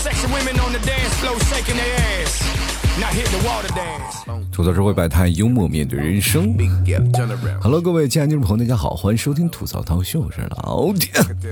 吐槽社会百态，幽默面对人生。Hello， 各位亲爱的听众朋友，大家好，欢迎收听吐槽涛秀，我是老铁。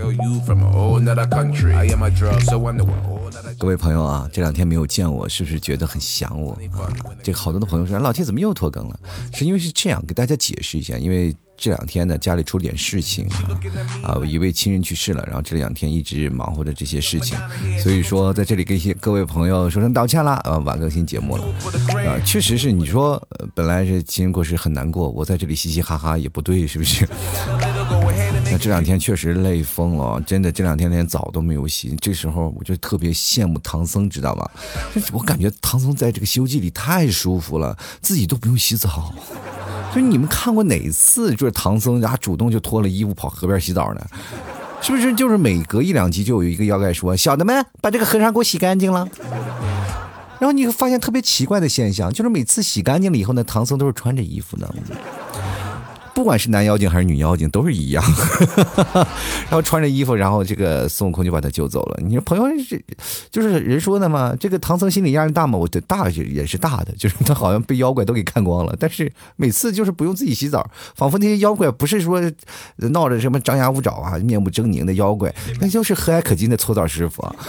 各位朋友啊，这两天没有见我，是不是觉得很想我啊？这个好多的朋友说，老铁怎么又拖更了？是因为是这样，给大家解释一下，因为这两天呢，家里出了点事情啊，一位亲人去世了，然后这两天一直忙活着这些事情，所以说在这里跟各位朋友说声道歉啦，晚更新节目了，确实是你说，本来是亲人过世很难过，我在这里嘻嘻哈哈也不对，是不是？那这两天确实累疯了，真的这两天连澡都没有洗，这时候我就特别羡慕唐僧，知道吗？我感觉唐僧在这个《西游记》里太舒服了，自己都不用洗澡。就你们看过哪次就是唐僧主动就脱了衣服跑河边洗澡呢？是不是就是每隔一两集就有一个妖怪说，小的们把这个和尚给我洗干净了？然后你会发现特别奇怪的现象，就是每次洗干净了以后呢，唐僧都是穿着衣服的，不管是男妖精还是女妖精都是一样然后穿着衣服，然后这个孙悟空就把他救走了。你说朋友就是人说的嘛，这个唐僧心理压力大嘛，我的大也是大的，就是他好像被妖怪都给看光了，但是每次就是不用自己洗澡，仿佛那些妖怪不是说闹着什么张牙舞爪啊面目狰狞的妖怪，那就是和蔼可亲的搓澡师傅啊。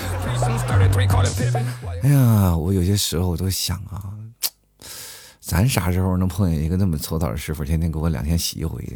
哎呀，我有些时候我都想啊，咱啥时候能碰见一个那么搓澡的师傅，天天给我2天洗一回？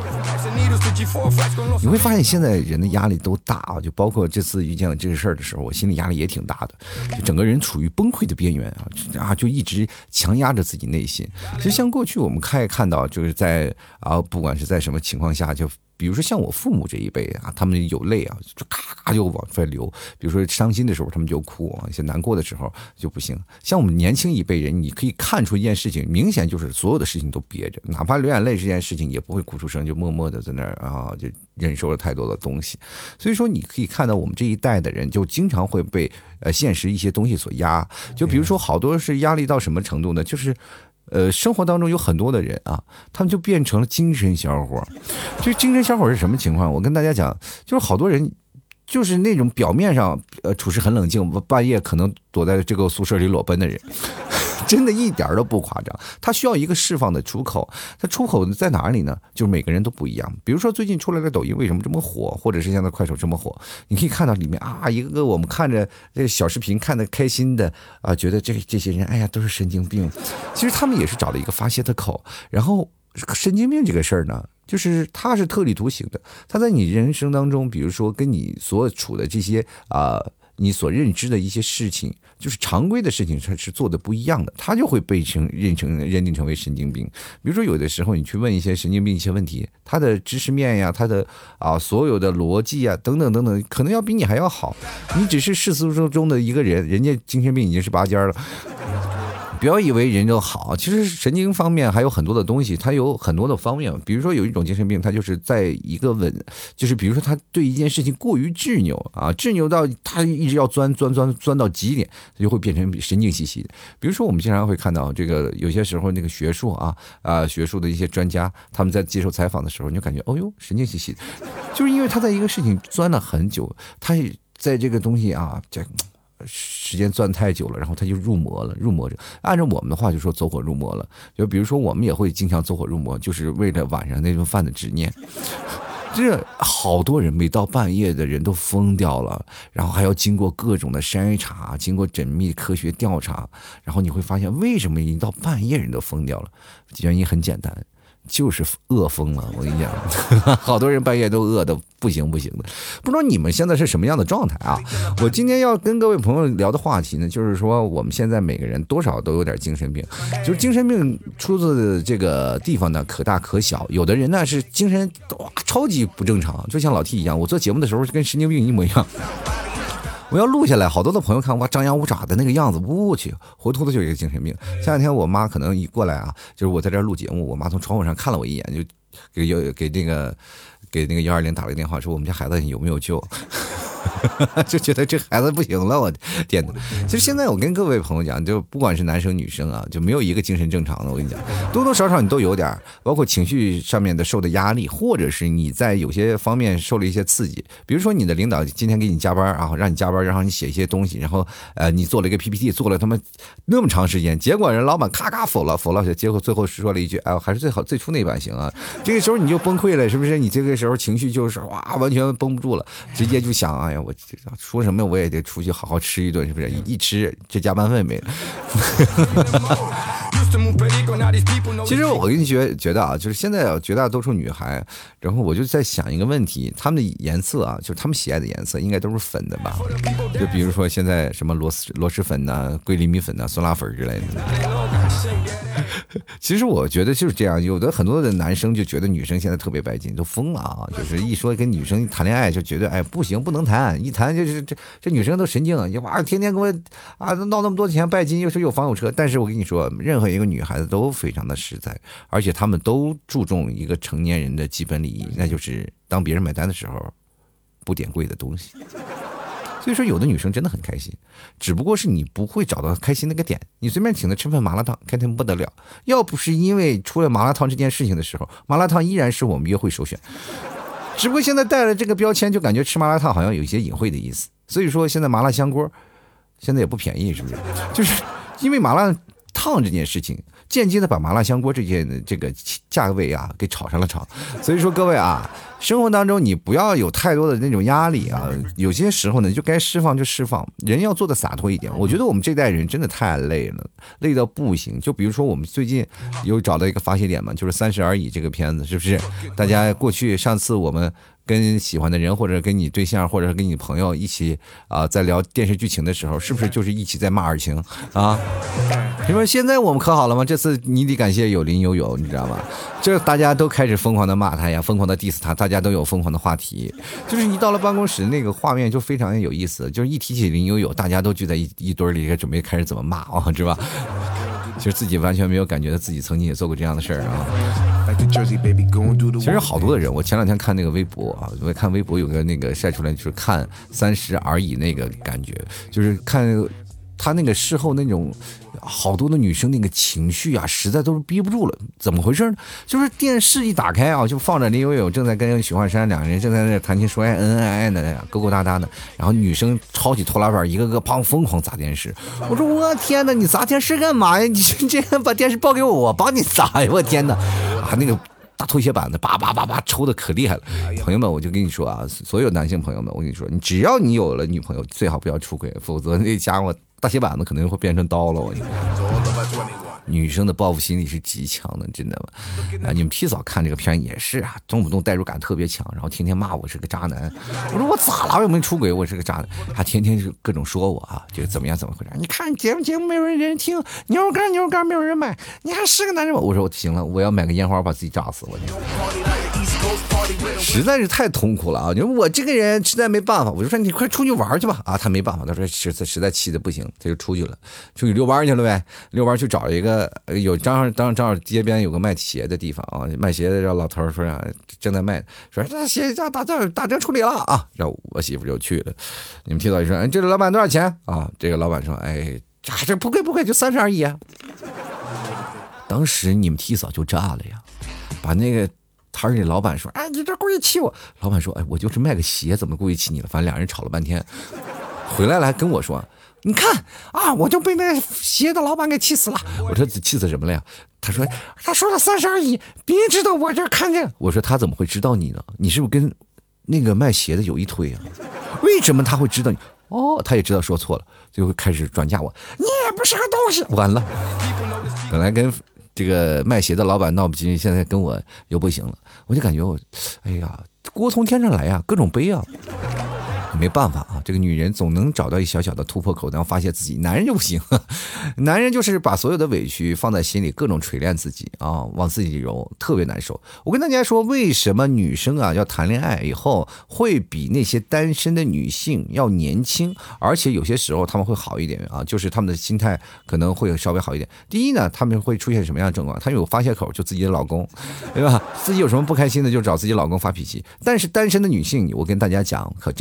你会发现现在人的压力都大啊，就包括这次遇见了这个事儿的时候，我心里压力也挺大的，就整个人处于崩溃的边缘就一直强压着自己内心。其实像过去我们看到，就是在不管是在什么情况下，就比如说像我父母这一辈啊，他们有泪啊，就咔咔就往出来流。比如说伤心的时候，他们就哭啊；一些难过的时候就不行。像我们年轻一辈人，你可以看出一件事情，明显就是所有的事情都憋着，哪怕流眼泪这件事情也不会哭出声，就默默的在那儿就忍受了太多的东西。所以说，你可以看到我们这一代的人，就经常会被现实一些东西所压。就比如说，好多是压力到什么程度呢？就是生活当中有很多的人啊，他们就变成了精神小伙。这精神小伙是什么情况？我跟大家讲，就是好多人就是那种表面上处事很冷静，半夜可能躲在这个宿舍里裸奔的人。真的一点都不夸张，他需要一个释放的出口。他出口在哪里呢？就是每个人都不一样。比如说最近出来的抖音为什么这么火，或者是现在快手这么火，你可以看到里面一个个我们看着这个小视频看得开心的觉得这些人哎呀都是神经病。其实他们也是找了一个发泄的口。然后神经病这个事儿呢，就是它是特立独行的，它在你人生当中，比如说跟你所处的这些你所认知的一些事情，就是常规的事情，它是做的不一样的，它就会被认定成为神经病。比如说有的时候你去问一些神经病一些问题，他的知识面呀，他的所有的逻辑啊等等等等，可能要比你还要好。你只是世俗中的一个人，人家精神病已经是拔尖了。不要以为人就好，其实神经方面还有很多的东西，它有很多的方面。比如说有一种精神病，它就是在一个就是比如说他对一件事情过于执拗到他一直要钻到极点，他就会变成神经兮兮的。比如说我们经常会看到这个有些时候那个学术学术的一些专家，他们在接受采访的时候，你就感觉哦哟神经兮兮的，就是因为他在一个事情钻了很久，他在这个东西时间钻太久了，然后他就入魔着。按照我们的话就说走火入魔了。就比如说我们也会经常走火入魔，就是为了晚上那顿饭的执念。这好多人每到半夜的人都疯掉了，然后还要经过各种的筛查，经过缜密科学调查，然后你会发现为什么一到半夜人都疯掉了？原因很简单，就是饿疯了。我跟你讲，好多人半夜都饿的不行的。不知道你们现在是什么样的状态啊？我今天要跟各位朋友聊的话题呢，就是说我们现在每个人多少都有点精神病，就是精神病出自这个地方呢可大可小，有的人呢是精神超级不正常，就像老 T 一样，我做节目的时候跟神经病一模一样。我要录下来，好多的朋友看哇张牙舞爪的那个样子，我去，活脱脱就是一个精神病。前两天我妈可能一过来就是我在这儿录节目，我妈从窗户上看了我一眼，就给那个120打了个电话，说我们家孩子有没有救。 就觉得这孩子不行了，我天哪！其实现在我跟各位朋友讲，就不管是男生女生啊，就没有一个精神正常的。我跟你讲，多多少少你都有点，包括情绪上面的受的压力，或者是你在有些方面受了一些刺激。比如说你的领导今天给你加班啊，让你加班，让你写一些东西，然后你做了一个 PPT， 做了他妈那么长时间，结果人老板咔咔否了，结果最后说了一句，哎，还是最初那版行啊。这个时候你就崩溃了，是不是？你这个时候情绪就是哇，完全绷不住了，直接就想，哎呀，我说什么我也得出去好好吃一顿，是不是？一吃这加班费没了。其实我跟你觉得啊，就是现在绝大多数女孩，然后我就在想一个问题，她们的颜色啊，就是她们喜爱的颜色应该都是粉的吧？就比如说现在什么螺蛳粉呐、桂林米粉呐、酸辣粉之类的。其实我觉得就是这样，有的很多的男生就觉得女生现在特别拜金，都疯了啊！就是一说跟女生谈恋爱就觉得哎不行，不能谈，一谈就是这女生都神经，哇，天天跟我啊闹那么多钱拜金，又是有房有车。但是我跟你说，任何一个女孩子都非常的实在，而且她们都注重一个成年人的基本礼仪，那就是当别人买单的时候不点贵的东西。所以说有的女生真的很开心，只不过是你不会找到开心那个点。你随便请她吃份麻辣烫，开心不得了。要不是因为出了麻辣烫这件事情的时候，麻辣烫依然是我们约会首选。只不过现在带了这个标签，就感觉吃麻辣烫好像有一些隐晦的意思。所以说现在麻辣香锅现在也不便宜，是不是？就是因为麻辣烫这件事情，间接的把麻辣香锅这个价位啊给炒上了炒。所以说各位啊，生活当中你不要有太多的那种压力啊，有些时候呢就该释放就释放，人要做的洒脱一点。我觉得我们这代人真的太累了，累到不行。就比如说我们最近有找到一个发泄点嘛，就是《30而已》这个片子，是不是？大家过去上次我们跟喜欢的人或者跟你对象或者跟你朋友一起在聊电视剧情的时候，是不是就是一起在骂尔晴啊？你说现在我们可好了吗？这次你得感谢有林有有，你知道吗？这大家都开始疯狂的骂他呀，疯狂的 diss 他，大家都有疯狂的话题。就是你到了办公室那个画面就非常有意思，就是一提起林有有，大家都聚在一堆里，准备开始怎么骂啊，是吧？其实自己完全没有感觉到自己曾经也做过这样的事儿啊。其实好多的人，我前两天看那个微博啊，我看微博有个那个晒出来，就是看30而已那个感觉，就是看他那个事后那种好多的女生那个情绪啊，实在都是憋不住了。怎么回事呢？就是电视一打开啊，就放着林有有正在跟许幻山两个人正在那谈情说爱、恩恩爱爱的勾勾搭搭的，然后女生抄起拖拉板一个个疯狂砸电视。我说我天哪，你砸电视干嘛呀？你这样把电视报给我，我帮你砸呀！我天哪啊，那个大拖鞋板子叭叭叭叭抽的可厉害了。朋友们，我就跟你说啊，所有男性朋友们，我跟你说，你只要你有了女朋友，最好不要出轨，否则那家伙大鞋板子可能会变成刀了。我女生的报复心理是极强的，真的吗？你们P嫂看这个片也是啊，动不动代入感特别强，然后天天骂我是个渣男。我说我咋了？我又没出轨，我是个渣男，还天天是各种说我啊，这个怎么样怎么回事？你看节目没有人听，牛肉干没有人买，你还是个男人吗？我说行了，我要买个烟花把自己炸死，我实在是太痛苦了啊！我这个人实在没办法，我就说你快出去玩去吧啊！他没办法，他说实在气的不行，他就出去了，出去遛弯去了呗。遛弯去找一个有正好街边有个卖鞋的地方啊，卖鞋的让老头说啊正在卖，说这鞋价打折处理了啊！然后我媳妇就去了，你们听到一说，哎，这个老板多少钱啊？这个老板说，哎，这不贵，就30而已啊。当时你们T嫂就炸了呀，把那个摊里老板说，哎，你这故意气我。老板说，哎，我就是卖个鞋，怎么故意气你了？反正两人吵了半天，回来了还跟我说，你看啊，我就被那鞋的老板给气死了。我说气死什么了呀？他说了30而已，别知道我这看见。我说他怎么会知道你呢？你是不是跟那个卖鞋的有一腿啊？为什么他会知道你？哦，他也知道说错了，就会开始转嫁我，你也不是个东西。完了，本来跟这个卖鞋的老板闹不清，现在跟我又不行了，我就感觉哎呀，锅从天上来呀，各种杯啊。没办法啊，这个女人总能找到一小小的突破口，然后发泄自己。男人就不行，男人就是把所有的委屈放在心里，各种锤炼自己啊，往自己揉，特别难受。我跟大家说，为什么女生啊要谈恋爱以后会比那些单身的女性要年轻，而且有些时候他们会好一点啊，就是他们的心态可能会稍微好一点。第一呢，他们会出现什么样的状况？他有发泄口，就自己的老公，对吧？自己有什么不开心的就找自己老公发脾气。但是单身的女性，我跟大家讲，可真不是。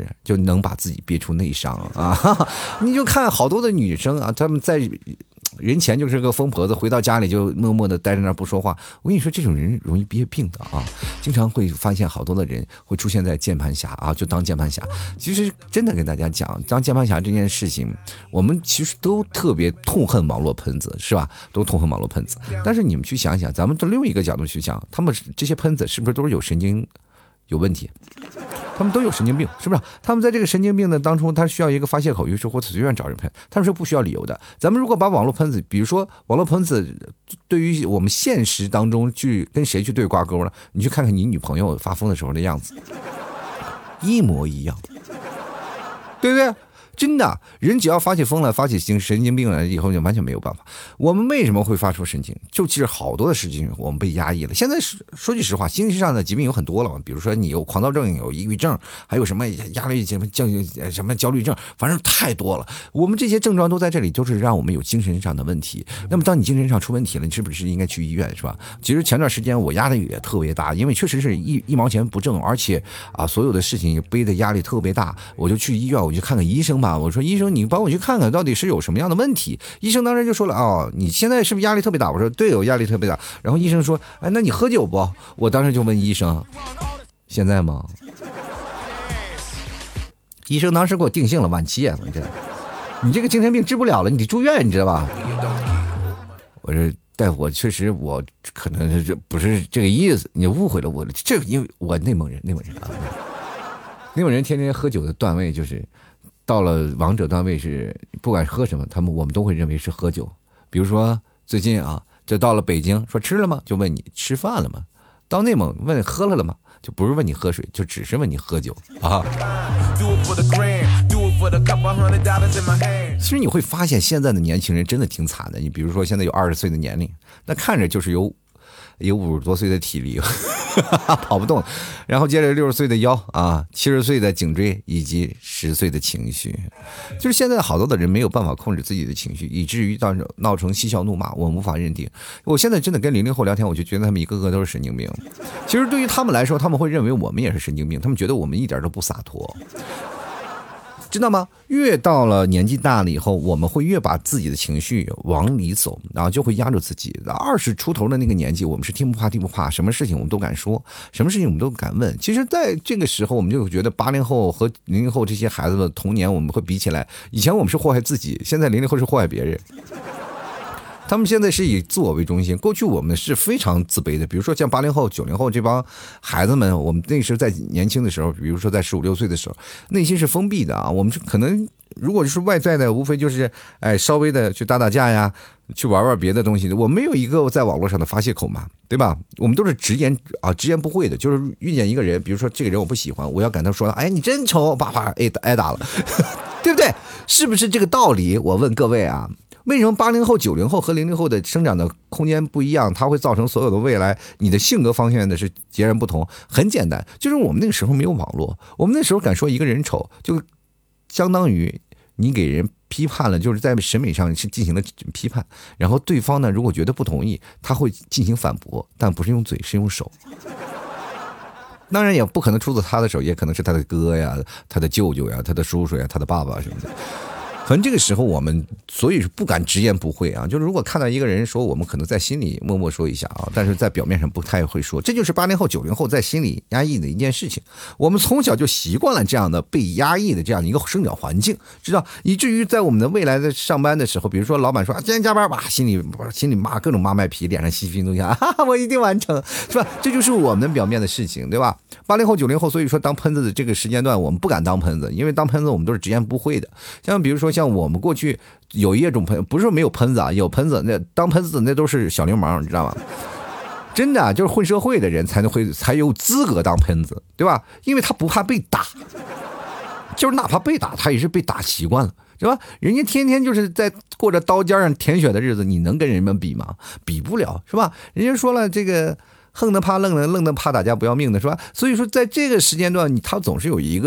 就能把自己憋出内伤啊！你就看好多的女生啊，她们在人前就是个疯婆子，回到家里就默默的待在那儿不说话。我跟你说，这种人容易憋病的啊，经常会发现好多的人会出现在键盘侠啊，就当键盘侠。其实真的跟大家讲，当键盘侠这件事情，我们其实都特别痛恨网络喷子，是吧？都痛恨网络喷子。但是你们去想想，咱们从另一个角度去想，他们这些喷子是不是都是有神经有问题？他们都有神经病，是不是？他们在这个神经病的当中，他需要一个发泄口，于是或者随便找人喷，他们是不需要理由的。咱们如果把网络喷子，比如说网络喷子，对于我们现实当中去跟谁去对挂钩呢？你去看看你女朋友发疯的时候的样子，一模一样，对不对？真的，人只要发起疯来，发起神经病来以后，就完全没有办法。我们为什么会发出神经？就其实好多的事情我们被压抑了。现在说句实话，精神上的疾病有很多了，比如说你有狂躁症，有抑郁症，还有什么压力什么焦虑症，反正太多了。我们这些症状都在这里，就是让我们有精神上的问题。那么当你精神上出问题了，你是不是应该去医院，是吧？其实前段时间我压力也特别大，因为确实是一毛钱不挣，而且所有的事情背的压力特别大，我就去医院，我就看看医生吧。我说医生，你帮我去看看到底是有什么样的问题。医生当时就说了，你现在是不是压力特别大？我说对，我压力特别大。然后医生说，那你喝酒不？我当时就问医生，现在吗？医生当时给我定性了晚期啊，你这个精神病治不了了，你得住院，你知道吧？我说大夫，我可能不是这个意思，你误会了我，这因为我内蒙人啊，内蒙人天天喝酒的段位就是。到了王者段位是不管喝什么，我们都会认为是喝酒。比如说最近就到了北京，说吃了吗？就问你吃饭了吗？到内蒙问喝了吗？就不是问你喝水，就只是问你喝酒啊。其实你会发现现在的年轻人真的挺惨的。你比如说现在有20岁的年龄，那看着就是有50多岁的体力跑不动，然后接着60岁的腰70岁的颈椎以及10岁的情绪，就是现在好多的人没有办法控制自己的情绪，以至于闹成嬉笑怒骂，我无法认定。我现在真的跟00后聊天，我就觉得他们一个个都是神经病。其实对于他们来说，他们会认为我们也是神经病，他们觉得我们一点都不洒脱。知道吗？越到了年纪大了以后，我们会越把自己的情绪往里走，然后就会压住自己。20出头的那个年纪，我们是天不怕地不怕，什么事情我们都敢说，什么事情我们都敢问。其实在这个时候，我们就觉得80后和00后这些孩子的童年我们会比起来，以前我们是祸害自己，现在00后是祸害别人。他们现在是以自我为中心，过去我们是非常自卑的。比如说像80后、90后这帮孩子们，我们那时候在年轻的时候，比如说在15、16岁的时候，内心是封闭的我们是可能如果是外在的，无非就是稍微的去打架呀，去玩别的东西的。我没有一个在网络上的发泄口嘛，对吧？我们都是直言不讳的，就是遇见一个人，比如说这个人我不喜欢，我要赶他说，你真丑，叭叭挨打了，对不对？是不是这个道理？我问各位为什么80后、90后和00后的生长的空间不一样？它会造成所有的未来你的性格方向的是截然不同。很简单，就是我们那个时候没有网络，我们那时候敢说一个人丑，就相当于你给人批判了，就是在审美上是进行了批判，然后对方呢如果觉得不同意，他会进行反驳，但不是用嘴，是用手。当然也不可能出自他的手，也可能是他的哥呀、他的舅舅呀、他的叔叔呀、他的爸爸什么的。可能这个时候我们所以是不敢直言不讳就是如果看到一个人说，我们可能在心里默默说一下但是在表面上不太会说。这就是80后、90后在心里压抑的一件事情。我们从小就习惯了这样的被压抑的这样的一个生长环境，知道，以至于在我们的未来的上班的时候，比如说老板说今天加班吧，心里骂各种骂卖皮，脸上嬉皮怒笑，我一定完成，是吧？这就是我们表面的事情，对吧？80后、90后，所以说当喷子的这个时间段，我们不敢当喷子，因为当喷子我们都是直言不讳的。像比如说像我们过去有一种喷，不是没有喷子有喷子，那当喷子那都是小流氓，你知道吗？真的就是混社会的人才有资格当喷子，对吧？因为他不怕被打，就是哪怕被打，他也是被打习惯了，是吧？人家天天就是在过着刀尖上舔血的日子，你能跟人们比吗？比不了，是吧？人家说了，这个横的怕愣的，愣的怕打架不要命的，是吧？所以说在这个时间段，他总是有一个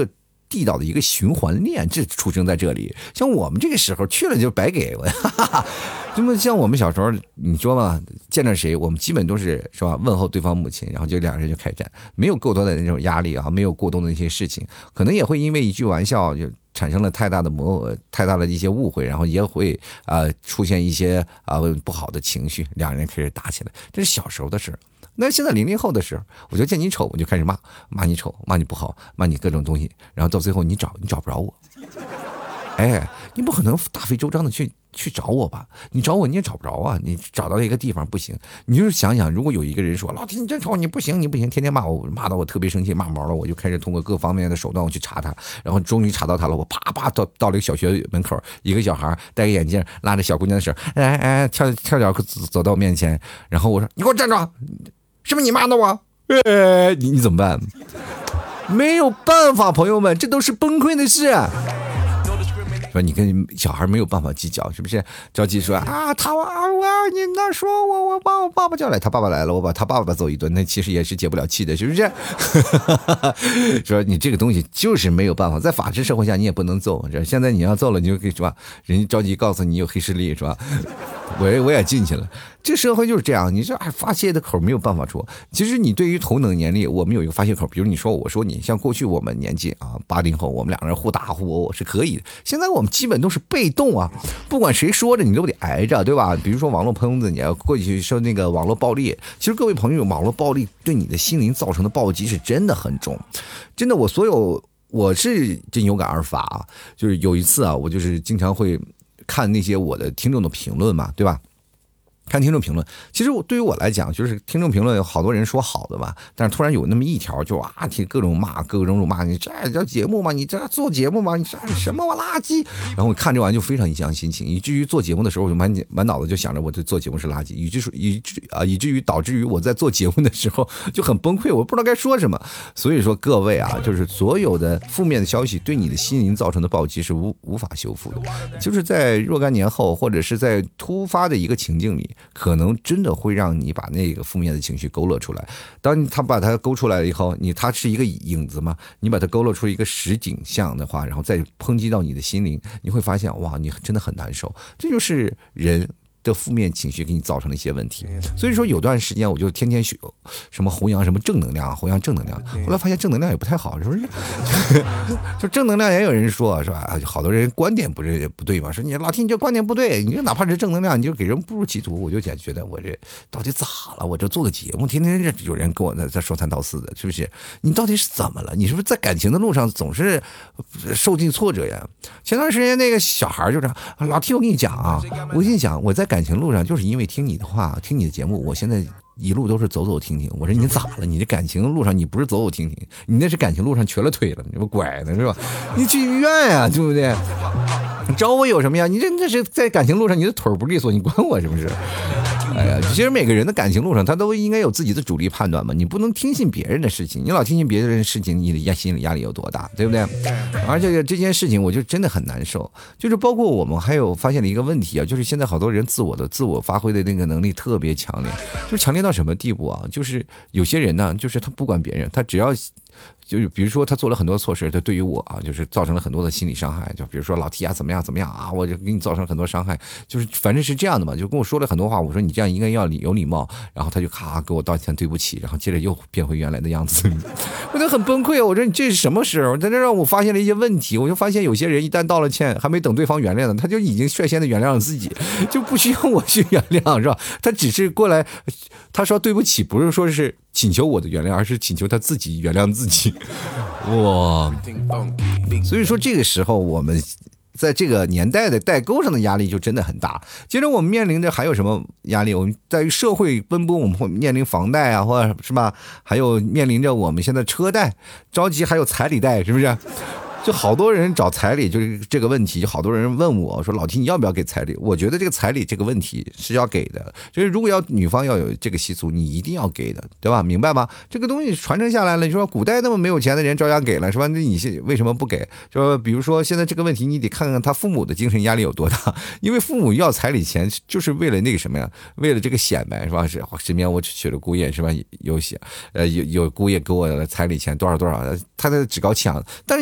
地道的一个循环链，这出生在这里。像我们这个时候去了就白给我，那么像我们小时候，你说嘛，见着谁，我们基本都是吧，问候对方母亲，然后就两个人就开战，没有过多的那种压力啊，没有过多的那些事情，可能也会因为一句玩笑就产生了太大的一些误会，然后也会出现一些不好的情绪，两人开始打起来，这是小时候的事。那现在00后的时候，我就见你丑，我就开始骂你丑，骂你不好，骂你各种东西，然后到最后你找不着我，哎，你不可能大费周章的去找我吧？你找我你也找不着啊！你找到一个地方不行，你就是想想，如果有一个人说老弟你真丑，你不行，天天骂我，骂到我特别生气，骂毛了，我就开始通过各方面的手段我去查他，然后终于查到他了，我啪到了一个小学门口，一个小孩戴个眼镜，拉着小姑娘的手，跳脚走到我面前，然后我说你给我站住，是不是你骂的我？你怎么办？没有办法，朋友们，这都是崩溃的事。说你跟小孩没有办法计较，是不是？着急说你那说我把我爸爸叫来，他爸爸来了，我把他爸爸揍一顿，那其实也是解不了气的，是不是？说你这个东西就是没有办法，在法治社会下你也不能揍，现在你要揍了，你就可以说人家着急告诉你有黑势力，是吧？我也进去了，这社会就是这样，你这发泄的口没有办法说。其实你对于同等年龄，我们有一个发泄口，比如你说我说你，像过去我们年纪啊，80后，我们两个人互打互殴是可以的。现在我们基本都是被动啊，不管谁说着你都得挨着，对吧？比如说网络喷子，你要过去说那个网络暴力，其实各位朋友，网络暴力对你的心灵造成的暴击是真的很重，真的。我是真有感而发啊，就是有一次啊，我就是经常会看那些我的听众的评论嘛，对吧？看听众评论，其实对于我来讲，就是听众评论有好多人说好的吧，但是突然有那么一条就听各种骂，各种辱骂，你这叫节目吗？你这做节目吗？你这什么垃圾？然后我看这玩意就非常影响心情，以至于做节目的时候，我就满脑子就想着我这做节目是垃圾，以至于导致于我在做节目的时候就很崩溃，我不知道该说什么。所以说各位啊，就是所有的负面的消息对你的心灵造成的暴击是无法修复的，就是在若干年后，或者是在突发的一个情境里，可能真的会让你把那个负面的情绪勾勒出来。当他把它勾出来了以后，它是一个影子嘛，你把它勾勒出一个实景象的话，然后再抨击到你的心灵，你会发现哇，你真的很难受。这就是人的负面情绪给你造成的一些问题。所以说有段时间我就天天学什么弘扬什么正能量，后来发现正能量也不太好，是不是？就正能量也有人说是吧？好多人观点不对嘛，说你老听你这观点不对，你就哪怕是正能量，你就给人不如其途。我就觉得我这到底咋了？我这做个节目，天天有人跟我在说三道四的，是不是？你到底是怎么了？你是不是在感情的路上总是受尽挫折呀？前段时间那个小孩就这样，老听我跟你讲啊，我跟你讲，我在感情路上就是因为听你的话，听你的节目，我现在一路都是走走停停。我说你咋了？你这感情路上你不是走走停停，你那是感情路上瘸了腿了，你不拐呢是吧？你去医院呀，对不对？你找我有什么呀？你这是在感情路上你的腿不利索，你管我是不是？哎呀，其实每个人的感情路上他都应该有自己的主力判断嘛，你不能听信别人的事情，你老听信别人的事情，你的心理压力有多大，对不对？而且这件事情我就真的很难受，就是包括我们还有发现了一个问题啊，就是现在好多人自我发挥的那个能力特别强烈，就是强烈到什么地步啊？就是有些人呢，就是他不管别人，他只要就是比如说他做了很多错事，他对于我啊，就是造成了很多的心理伤害。就比如说老 T 啊，怎么样啊，我就给你造成很多伤害，就是反正是这样的嘛，就跟我说了很多话。我说你这样应该要有礼貌，然后他就咔给我道歉，对不起，然后接着又变回原来的样子，我就很崩溃。我说你这是什么时候？在这让我发现了一些问题，我就发现有些人一旦道了歉，还没等对方原谅呢，他就已经率先的原谅了自己，就不需要我去原谅，是吧？他只是过来，他说对不起，不是说是请求我的原谅，而是请求他自己原谅自己。哇，所以说这个时候我们在这个年代的代沟上的压力就真的很大。接着我们面临着还有什么压力？我们在于社会奔波，我们会面临房贷啊，或者是吧，还有面临着我们现在车贷着急，还有彩礼贷，是不是？就好多人找彩礼，就是这个问题，就好多人问我说老T你要不要给彩礼？我觉得这个彩礼这个问题是要给的，就是如果要女方要有这个习俗，你一定要给的，对吧？明白吗？这个东西传承下来了，你说古代那么没有钱的人照样给了，是吧？那你为什么不给？就比如说现在这个问题，你得看看他父母的精神压力有多大，因为父母要彩礼钱就是为了那个什么呀？为了这个显摆，是吧？是身边我娶了姑爷，是吧？有姑爷给我的彩礼钱多少，他在趾高气扬，但是你得分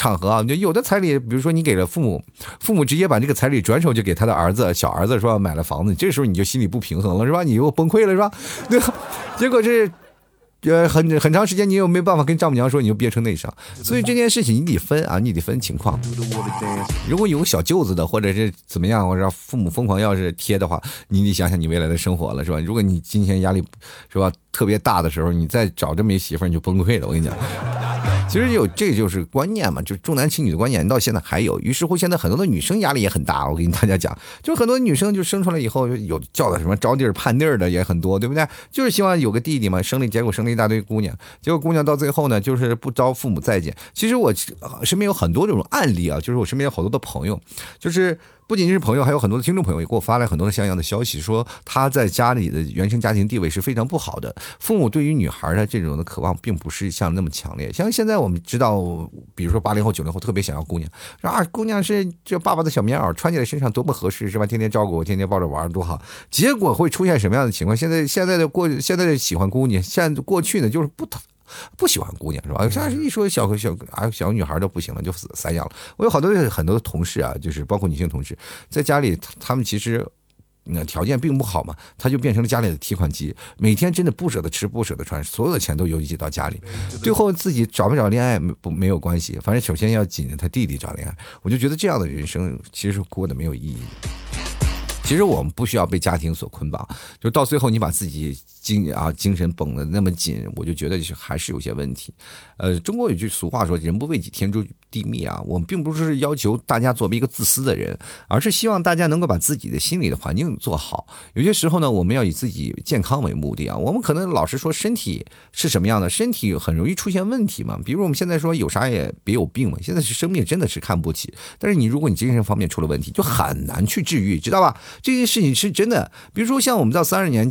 场合啊，就有的彩礼，比如说你给了父母，父母直接把这个彩礼转手就给他的儿子、小儿子，是吧？买了房子，这时候你就心里不平衡了，是吧？你又崩溃了，是吧？对吧？结果这。很长时间你又没办法跟丈母娘说，你就憋成内伤，所以这件事情你得分啊，你得分情况。如果有个小舅子的，或者是怎么样，或者父母疯狂要是贴的话，你得想想你未来的生活了，是吧？如果你金钱压力是吧特别大的时候，你再找这么一媳妇儿，你就崩溃了。我跟你讲。其实这就是观念嘛，就重男轻女的观念到现在还有，于是乎现在很多的女生压力也很大。我跟大家讲，就很多女生就生出来以后有叫的什么招地儿盼地儿的也很多，对不对？就是希望有个弟弟嘛，结果生了一大堆姑娘，结果姑娘到最后呢，就是不招父母待见。其实我身边有很多这种案例啊，就是我身边有好多的朋友，就是不仅是朋友，还有很多的听众朋友也给我发来很多的像样的消息，说他在家里的原生家庭地位是非常不好的，父母对于女孩的这种的渴望并不是像那么强烈。像现在我们知道，比如说80后、90后特别想要姑娘，啊，姑娘是这爸爸的小棉袄，穿在身上多么合适，是吧？天天照顾我，天天抱着玩多好。结果会出现什么样的情况？现在的喜欢姑娘，现在过去呢就是不喜欢姑娘，是吧？像一说小女孩都不行了，就散养了。我有很多同事啊，就是包括女性同事，在家里他们其实条件并不好嘛，他就变成了家里的提款机，每天真的不舍得吃不舍得穿，所有的钱都邮寄到家里，最后自己找没找恋爱没有关系，反正首先要紧着他弟弟找恋爱。我就觉得这样的人生其实过得没有意义。其实我们不需要被家庭所捆绑，就到最后你把自己精神绷得那么紧，我就觉得还是有些问题。中国有句俗话说，人不为己，天诛地灭啊。我们并不是要求大家做一个自私的人，而是希望大家能够把自己的心理的环境做好。有些时候呢，我们要以自己健康为目的啊。我们可能老是说身体是什么样的，身体很容易出现问题嘛。比如我们现在说有啥也别有病嘛，现在是生命真的是看不起。但是如果你精神方面出了问题，就很难去治愈，知道吧？这件事情是真的。比如说像我们到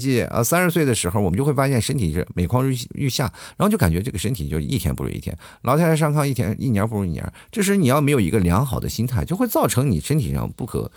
30岁的时候，我们就会发现身体是每况愈下，然后就感觉这个身体就一天不如一天，老太太上炕一年不如一年。这时你要没有一个良好的心态，就会造成你身体上不可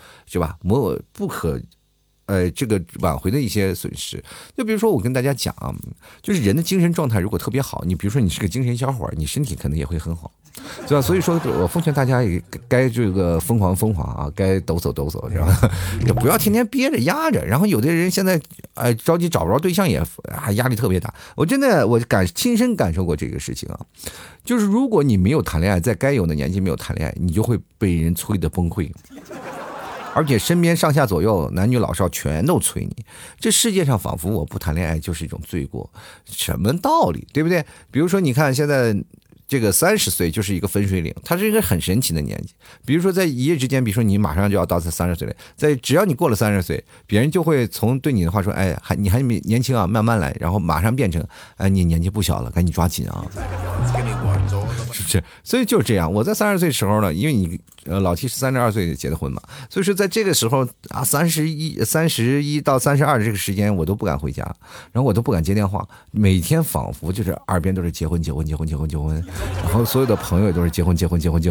这个挽回的一些损失。就比如说我跟大家讲啊，就是人的精神状态如果特别好，你比如说你是个精神小伙，你身体可能也会很好，对吧？所以说我奉劝大家也该这个疯狂啊，该抖擞，是吧？也不要天天憋着压着。然后有的人现在着急找不着对象也压力特别大。我亲身感受过这个事情啊，就是如果你没有谈恋爱，在该有的年纪没有谈恋爱，你就会被人催得崩溃。而且身边上下左右男女老少全都催你，这世界上仿佛我不谈恋爱就是一种罪过，什么道理，对不对？比如说你看现在这个30岁就是一个分水岭，它是一个很神奇的年纪。比如说在一夜之间，比如说你马上就要到30岁了，只要你过了30岁，别人就会从对你的话说，你还年轻啊，慢慢来，然后马上变成你年纪不小了，赶紧抓紧啊。是不是？所以就是这样。我在30岁的时候呢，因为你老七是32岁结的婚嘛，所以说在这个时候啊，31到32的这个时间，我都不敢回家，然后我都不敢接电话，每天仿佛就是耳边都是结婚，然后所有的朋友都是结婚，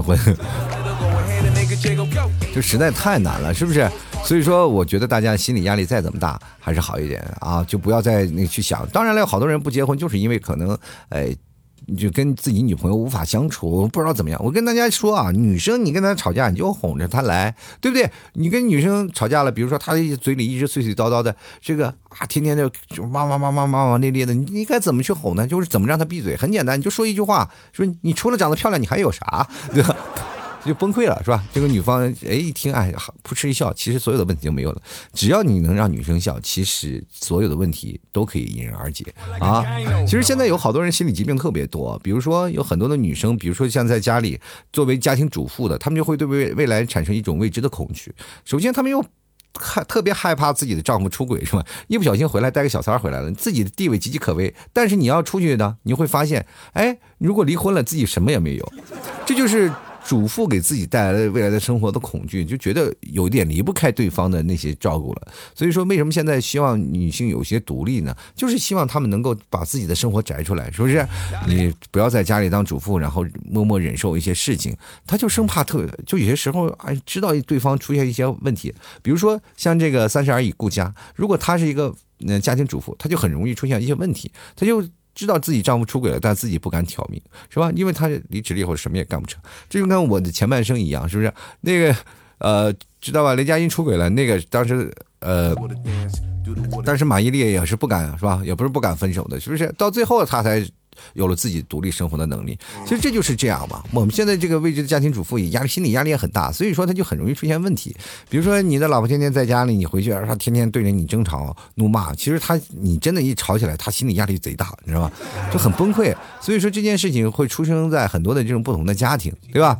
就实在太难了，是不是？所以说，我觉得大家心理压力再怎么大，还是好一点啊，就不要再去想。当然了，有好多人不结婚，就是因为可能你就跟自己女朋友无法相处，不知道怎么样。我跟大家说啊，女生你跟她吵架，你就哄着她来，对不对？你跟女生吵架了，比如说她嘴里一直碎叨叨的，这个天天就骂咧咧的，你该怎么去哄呢？就是怎么让她闭嘴？很简单，你就说一句话，说你除了长得漂亮，你还有啥？对吧？就崩溃了，是吧？这个女方一听，扑哧一笑，其实所有的问题就没有了。只要你能让女生笑，其实所有的问题都可以迎刃而解啊！其实现在有好多人心理疾病特别多，比如说有很多的女生，比如说像在家里作为家庭主妇的，她们就会对未来产生一种未知的恐惧。首先，她们又特别害怕自己的丈夫出轨，是吧？一不小心回来带个小三回来了，自己的地位岌岌可危。但是你要出去呢，你会发现，如果离婚了，自己什么也没有。这就是主妇给自己带来的未来的生活的恐惧，就觉得有点离不开对方的那些照顾了。所以说为什么现在希望女性有些独立呢？就是希望她们能够把自己的生活摘出来，是不是？你不要在家里当主妇，然后默默忍受一些事情，她就生怕就有些时候知道对方出现一些问题，比如说像这个30而已顾家，如果她是一个家庭主妇，她就很容易出现一些问题，她就知道自己丈夫出轨了，但自己不敢挑明，是吧？因为他离职了以后什么也干不成，这就跟我的前半生一样，是不是？那个知道吧？雷佳音出轨了，那个当时但是马伊琍也是不敢，是吧？也不是不敢分手的，是不是？到最后他才有了自己独立生活的能力。其实这就是这样嘛。我们现在这个位置的家庭主妇也心理压力也很大，所以说他就很容易出现问题。比如说你的老婆天天在家里，你回去他天天对着你争吵怒骂，其实你真的一吵起来，他心理压力贼大，你知道吗？就很崩溃。所以说这件事情会出生在很多的这种不同的家庭，对吧？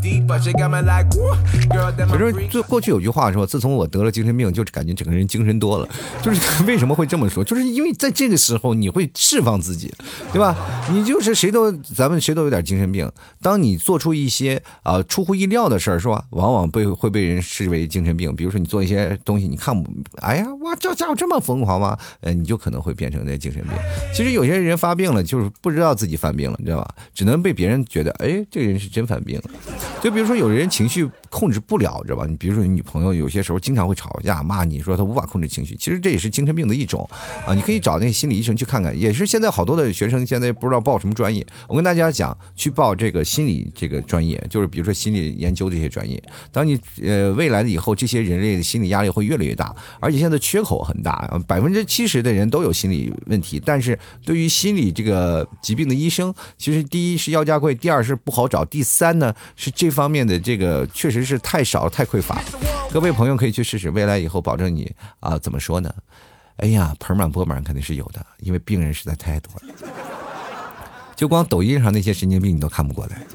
反正过去有句话说，自从我得了精神病，就感觉整个人精神多了。就是为什么会这么说？就是因为在这个时候你会释放自己，对吧？你就是咱们谁都有点精神病。当你做出一些出乎意料的事儿，是吧？往往会被人视为精神病。比如说你做一些东西，你看，哎呀，哇，这家伙这么疯狂吗？你就可能会变成那精神病。其实有些人发病了，就是不知道自己犯病了，你知道吧？只能被别人觉得，哎，这个人是真犯病了。就比如说有人情绪控制不了，知道吧？你比如说你女朋友有些时候经常会吵架骂你，说她无法控制情绪，其实这也是精神病的一种啊。你可以找那个心理医生去看看，也是现在好多的学生现在不知道报什么专业。我跟大家讲，去报这个心理这个专业，就是比如说心理研究这些专业。当你未来的以后，这些人类的心理压力会越来越大，而且现在缺口很大，70%的人都有心理问题，但是对于心理这个疾病的医生，其实第一是要价贵，第二是不好找，第三呢是这方面的这个确实是太少太匮乏。各位朋友可以去试试，未来以后保证你怎么说呢？哎呀，盆满钵满肯定是有的，因为病人实在太多了。就光抖音上那些神经病你都看不过来。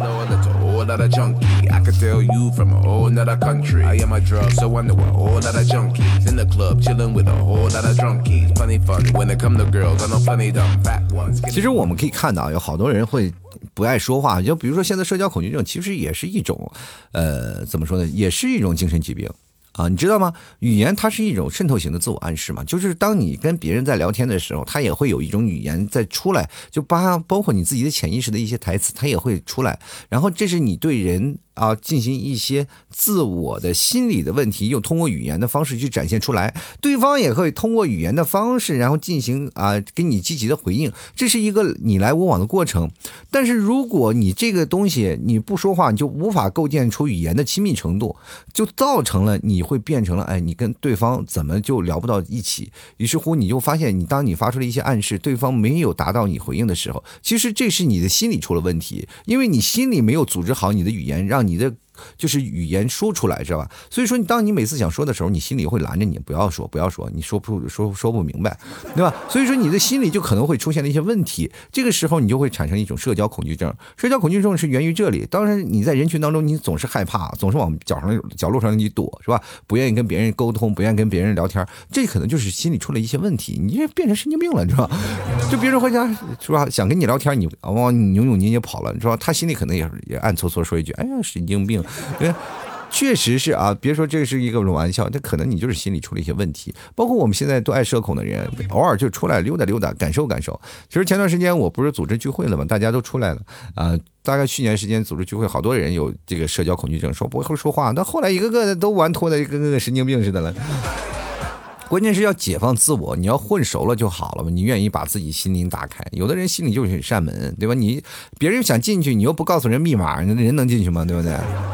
其实我们可以看到有好多人会不爱说话，就比如说现在社交恐惧症其实也是一种怎么说呢，也是一种精神疾病。你知道吗？语言它是一种渗透型的自我暗示嘛，就是当你跟别人在聊天的时候，它也会有一种语言在出来，就包括你自己的潜意识的一些台词，它也会出来。然后这是你对人进行一些自我的心理的问题，又通过语言的方式去展现出来，对方也会通过语言的方式，然后进行给你积极的回应，这是一个你来我往的过程。但是如果你这个东西你不说话，你就无法构建出语言的亲密程度，就造成了你会变成了你跟对方怎么就聊不到一起。于是乎你就发现，当你发出了一些暗示，对方没有达到你回应的时候，其实这是你的心理出了问题，因为你心里没有组织好你的语言，让你的就是语言说出来，知道吧？所以说当你每次想说的时候，你心里会拦着你，不要说，你说不明白，对吧？所以说你的心里就可能会出现了一些问题，这个时候你就会产生一种社交恐惧症。社交恐惧症是源于这里。当然你在人群当中你总是害怕，总是往角落上你躲，是吧？不愿意跟别人沟通，不愿意跟别人聊天，这可能就是心里出了一些问题，你就变成神经病了，你知道吧？就别人回家是吧，想跟你聊天，你扭捏跑了，你知道他心里可能也暗搓搓说一句，哎呀，神经病。确实是别说这是一个玩笑，这可能你就是心里出了一些问题。包括我们现在都爱社恐的人，偶尔就出来溜达感受。其实前段时间我不是组织聚会了吗？大家都出来了大概去年时间组织聚会，好多人有这个社交恐惧症，说不会说话，但后来一个个的都玩脱的跟个神经病似的了。关键是要解放自我，你要混熟了就好了嘛。你愿意把自己心灵打开，有的人心里就是一扇门，对吧？别人想进去，你又不告诉人密码，人能进去吗？对不对？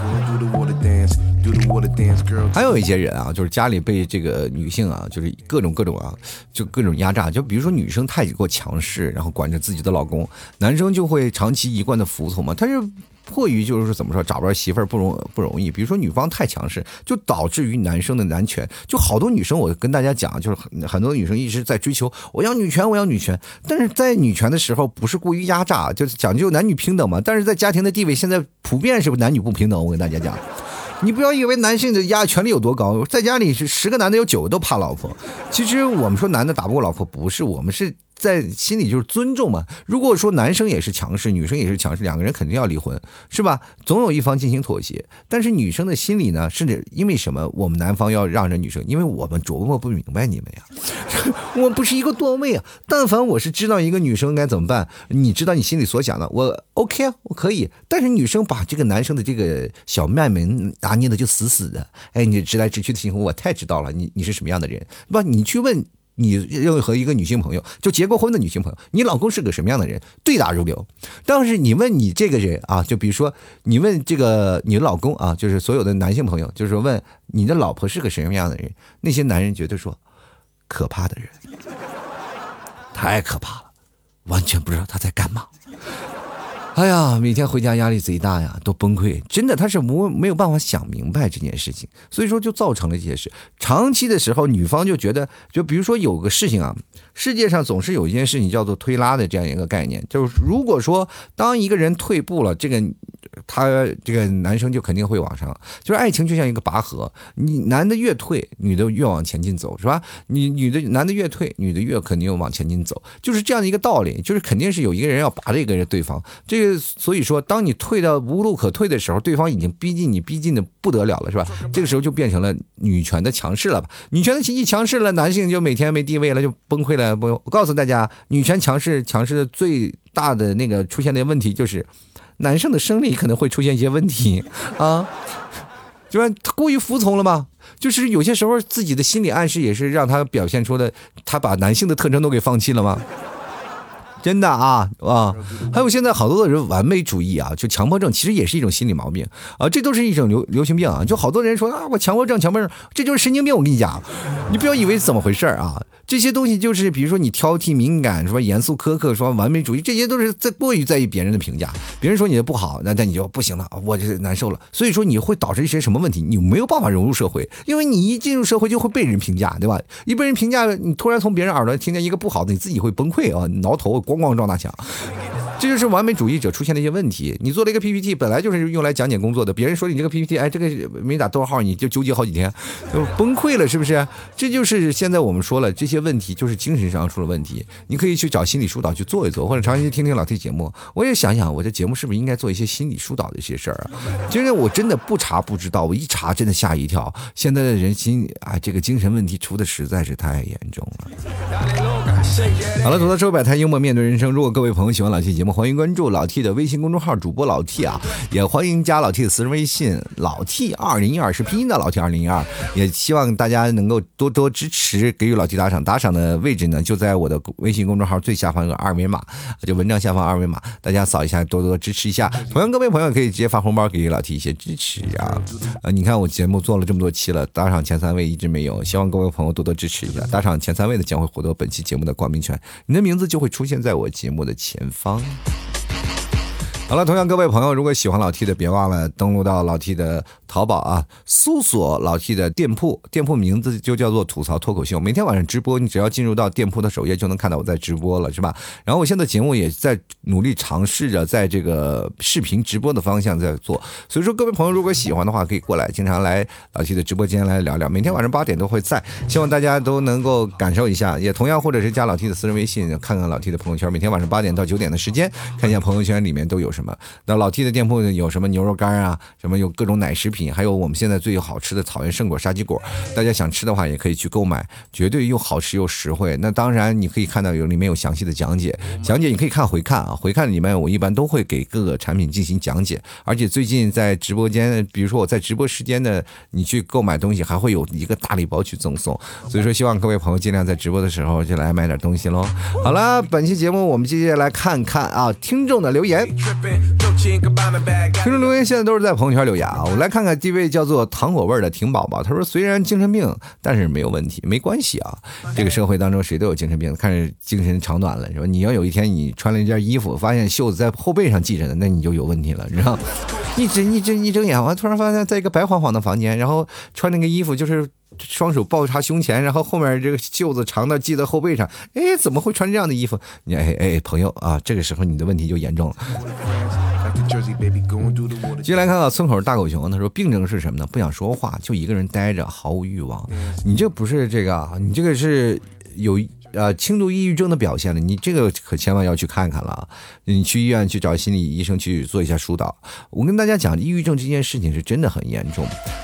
还有一些人就是家里被这个女性就是各种就各种压榨。就比如说女生太过强势，然后管着自己的老公，男生就会长期一贯的服从嘛。他是迫于就是怎么说，找不着媳妇儿不容易。比如说女方太强势，就导致于男生的男权。就好多女生，我跟大家讲，就是很多女生一直在追求我要女权，但是在女权的时候不是过于压榨，就是讲究男女平等嘛。但是在家庭的地位现在普遍是男女不平等。我跟大家讲，你不要以为男性的权力有多高，在家里是10个男的有9个都怕老婆。其实我们说男的打不过老婆，不是，我们是在心里就是尊重嘛。如果说男生也是强势，女生也是强势，两个人肯定要离婚，是吧？总有一方进行妥协。但是女生的心里呢，是因为什么我们男方要让着女生？因为我们琢磨不明白你们呀，我不是一个段位啊。但凡我是知道一个女生该怎么办，你知道你心里所想的，我 OK 啊，我可以。但是女生把这个男生的这个小脉门拿捏的就死死的，你直来直去的行为我太知道了，你是什么样的人，不？你去问你任何一个女性朋友，就结过婚的女性朋友，你老公是个什么样的人，对答如流。但是你问你这个人啊，就比如说你问这个你的老公啊，就是所有的男性朋友，就是问你的老婆是个什么样的人，那些男人觉得说可怕的人，太可怕了，完全不知道他在干嘛。哎呀，每天回家压力贼大呀，都崩溃，真的他是没有办法想明白这件事情，所以说就造成了这些事。长期的时候，女方就觉得，就比如说有个事情啊，世界上总是有一件事情叫做推拉的这样一个概念，就是如果说当一个人退步了，这个男生就肯定会往上，就是爱情就像一个拔河，你男的越退，女的越往前进走，是吧？男的越退，女的越肯定往前进走，就是这样的一个道理，就是肯定是有一个人要拔这个人对方，所以说当你退到无路可退的时候，对方已经逼近的不得了了，是吧？这个时候就变成了女权的强势了吧？女权的一强势了，男性就每天没地位了，就崩溃了。我告诉大家，女权强势的最大的那个出现的问题就是男生的生理可能会出现一些问题啊，就是他过于服从了嘛。就是有些时候自己的心理暗示也是让他表现出的，他把男性的特征都给放弃了吗？真的啊，还有现在好多的人完美主义啊，就强迫症，其实也是一种心理毛病啊，这都是一种流行病啊。就好多人说啊，我强迫症，这就是神经病。我跟你讲，你不要以为怎么回事啊，这些东西就是比如说你挑剔、敏感，说严肃苛刻，说完美主义，这些都是过于在意别人的评价。别人说你的不好，那你就不行了，我就难受了。所以说你会导致一些什么问题？你没有办法融入社会，因为你一进入社会就会被人评价，对吧？一被人评价，你突然从别人耳朵听见一个不好的，你自己会崩溃啊，挠头咣咣撞大墙。这就是完美主义者出现的一些问题。你做了一个 PPT， 本来就是用来讲解工作的，别人说你这个 PPT， 这个没打逗号，你就纠结好几天，就崩溃了，是不是？这就是现在我们说了，这些问题就是精神上出了问题。你可以去找心理疏导去做一做，或者长期听听老 T 节目。我也想想，我这节目是不是应该做一些心理疏导的一些事儿啊？其实我真的不查不知道，我一查真的吓一跳。现在的人心啊，这个精神问题出的实在是太严重了。好了，走到周百态，幽默面对人生。如果各位朋友喜欢老 T 节目，欢迎关注老 T 的微信公众号主播老 T 啊，也欢迎加老 T 的私人微信老 T 2012是拼音的老 T 2012，也希望大家能够多多支持，给予老 T 打赏。打赏的位置呢就在我的微信公众号最下方有个二维码，就文章下方二维码，大家扫一下，多多支持一下。同样各位朋友可以直接发红包给予老 T 一些支持啊。你看我节目做了这么多期了，打赏前3位一直没有，希望各位朋友多多支持一下。打赏前3位的将会获得本期节目的冠名权，你的名字就会出现在我节目的前方。好了，同样各位朋友，如果喜欢老 T 的，别忘了登录到老 T 的淘宝啊，搜索老 T 的店铺名字就叫做吐槽脱口秀。每天晚上直播，你只要进入到店铺的首页就能看到我在直播了，是吧？然后我现在节目也在努力尝试着在这个视频直播的方向在做，所以说各位朋友如果喜欢的话，可以过来经常来老 T 的直播间来聊聊，每天晚上8点都会在，希望大家都能够感受一下。也同样或者是加老 T 的私人微信，看看老 T 的朋友圈，每天晚上8点到9点的时间，看一下朋友圈里面都有什么。那老 T 的店铺有什么牛肉干啊，什么有各种奶食品，还有我们现在最好吃的草原圣果沙棘果，大家想吃的话也可以去购买，绝对又好吃又实惠。那当然你可以看到里面有详细的讲解你可以回看啊，回看里面我一般都会给各个产品进行讲解，而且最近在直播间，比如说我在直播时间的你去购买东西还会有一个大礼包去赠送，所以说希望各位朋友尽量在直播的时候就来买点东西咯。好了，本期节目我们接下来看看啊听众的留言。听众留言现在都是在朋友圈留言啊，我来看看第一位叫做糖果味的挺宝宝，他说虽然精神病但是没有问题，没关系啊，这个社会当中谁都有精神病，看着精神长短了，是吧？你要有一天你穿了一件衣服发现袖子在后背上系着的，那你就有问题了，知道吗？一睁眼，我突然发现在一个白晃晃的房间，然后穿那个衣服就是双手抱插胸前，然后后面这个袖子长的系在后背上，怎么会穿这样的衣服？你朋友啊，这个时候你的问题就严重了。接下来看到村口大狗熊，他说病症是什么呢？不想说话，就一个人待着，毫无欲望。你这不是这个啊，你这个是有轻度抑郁症的表现了，你这个可千万要去看看了，你去医院去找心理医生去做一下疏导。我跟大家讲，抑郁症这件事情是真的很严重，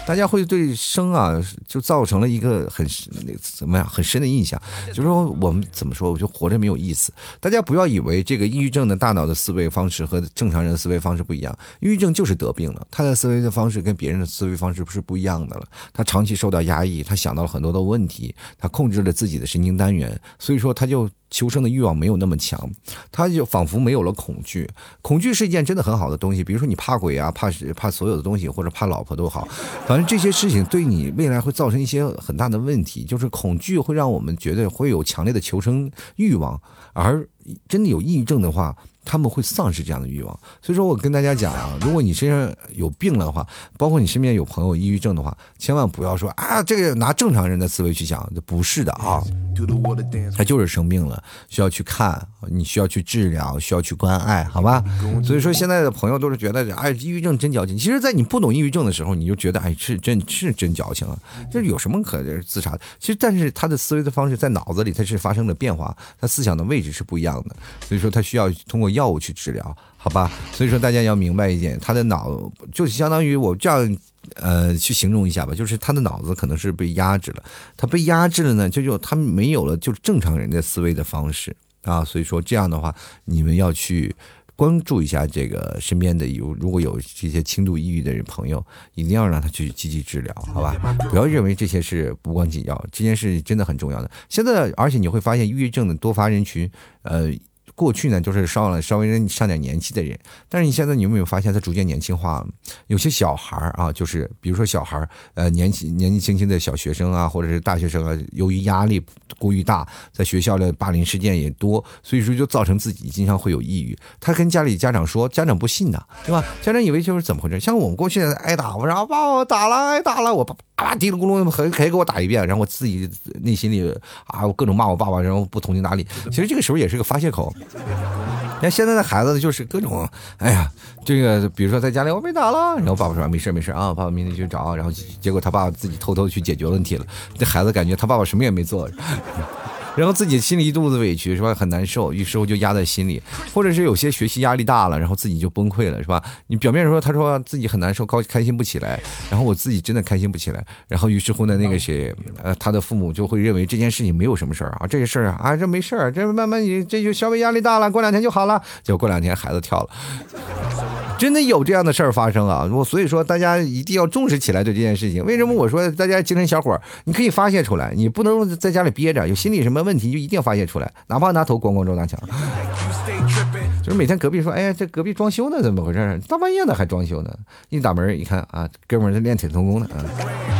大家会对生啊就造成了一个很深的印象，就是说我们怎么说，我就活着没有意思。大家不要以为这个抑郁症的大脑的思维方式和正常人的思维方式不一样，抑郁症就是得病了，他的思维的方式跟别人的思维方式是不一样的了。他长期受到压抑，他想到了很多的问题，他控制了自己的神经单元，所以说他就求生的欲望没有那么强，他就仿佛没有了恐惧。恐惧是一件真的很好的东西，比如说你怕鬼啊，怕所有的东西，或者怕老婆都好，反正这些事情对你未来会造成一些很大的问题。就是恐惧会让我们觉得会有强烈的求生欲望，而真的有抑郁症的话，他们会丧失这样的欲望。所以说我跟大家讲啊，如果你身上有病了的话，包括你身边有朋友抑郁症的话，千万不要说啊，这个拿正常人的思维去想，不是的啊，他就是生病了，需要去看，你需要去治疗，需要去关爱，好吧？所以说现在的朋友都是觉得，哎，抑郁症真矫情。其实，在你不懂抑郁症的时候，你就觉得，哎，是真矫情啊，就是有什么可自杀的？其实，但是他的思维的方式在脑子里，它是发生了变化，他思想的位置是不一样的，所以说他需要通过药物去治疗，好吧？所以说大家要明白一点，他的脑就相当于我这样去形容一下吧，就是他的脑子可能是被压制了，他被压制了呢，就他没有了就是正常人的思维的方式啊，所以说这样的话，你们要去关注一下这个身边的如果有这些轻度抑郁的朋友，一定要让他去积极治疗，好吧？不要认为这些是无关紧要，这件事真的很重要的。现在，而且你会发现，抑郁症的多发人群，过去呢就是稍微上点年纪的人，但是你现在你有没有发现它逐渐年轻化了？有些小孩啊，就是比如说小孩年纪轻轻的小学生啊，或者是大学生啊，由于压力过于大，在学校的霸凌事件也多，所以说就造成自己经常会有抑郁。他跟家长说，家长不信的，对吧？家长以为就是怎么回事？像我们过去挨打，我说爸我打了，挨打了，我爸嘀里咕噜还给我打一遍，然后我自己内心里啊，我各种骂我爸爸，然后不同情哪里。其实这个时候也是个发泄口。那现在的孩子就是各种，哎呀，这个比如说在家里我被打了，然后爸爸说没事啊，爸爸明天去找，然后结果他爸爸自己偷偷去解决问题了，这孩子感觉他爸爸什么也没做。然后自己心里一肚子委屈是吧，很难受，于是乎就压在心里，或者是有些学习压力大了，然后自己就崩溃了是吧？你表面说他说自己很难受，开心不起来，然后我自己真的开心不起来，然后于是乎呢那个谁他的父母就会认为这件事情没有什么事儿啊，这个事儿啊这没事儿，这慢慢你这就稍微压力大了，过2天就好了，结果过2天孩子跳了。真的有这样的事儿发生啊！所以说大家一定要重视起来对这件事情。为什么我说大家精神小伙，你可以发泄出来，你不能在家里憋着，有心理什么问题就一定要发泄出来，哪怕拿头咣撞大墙。就是每天隔壁说，哎呀，这隔壁装修呢，怎么回事？大半夜的还装修呢？一打门一看啊，哥们儿在练铁通功的啊。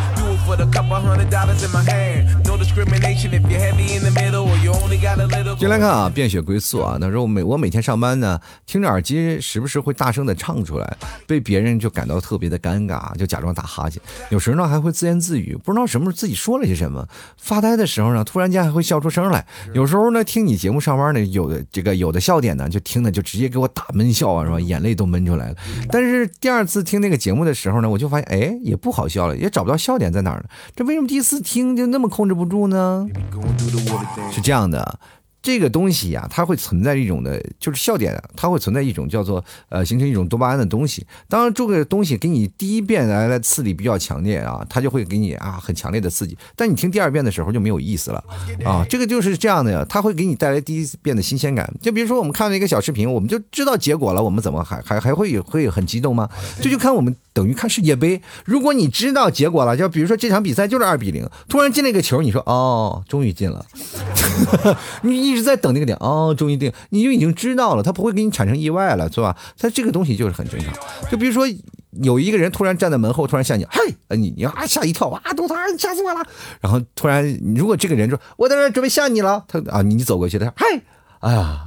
进来看啊，变血归宿啊。他说我每天上班呢，听着耳机时不时会大声的唱出来，被别人就感到特别的尴尬，就假装打哈欠。有时候呢还会自言自语，不知道什么时候自己说了些什么。发呆的时候呢，突然间还会笑出声来。有时候呢听你节目上班呢，有的笑点呢，就听的就直接给我打闷笑啊，是吧？眼泪都闷出来了。但是第二次听那个节目的时候呢，我就发现，哎，也不好笑了，也找不到笑点在哪儿呢？这为什么第一次听就那么控制不住呢？是这样的。这个东西呀，它会存在一种的，就是笑点，它会存在一种叫做形成一种多巴胺的东西。当然，这个东西给你第一遍来的刺激比较强烈啊，它就会给你啊很强烈的刺激。但你听第二遍的时候就没有意思了啊，这个就是这样的，它会给你带来第一遍的新鲜感。就比如说我们看了一个小视频，我们就知道结果了，我们怎么还会很激动吗？这就看我们等于看世界杯，如果你知道结果了，就比如说这场比赛就是2-0，突然进了一个球，你说哦，终于进了，你一直在等那个点，哦，终于进，你就已经知道了，他不会给你产生意外了，是吧？他这个东西就是很正常。就比如说有一个人突然站在门后，突然吓你，嘿，你啊吓一跳，哇，董涛，你吓死我了！然后突然，如果这个人说我在这准备吓你了，他啊，你走过去，他说嘿，哎呀，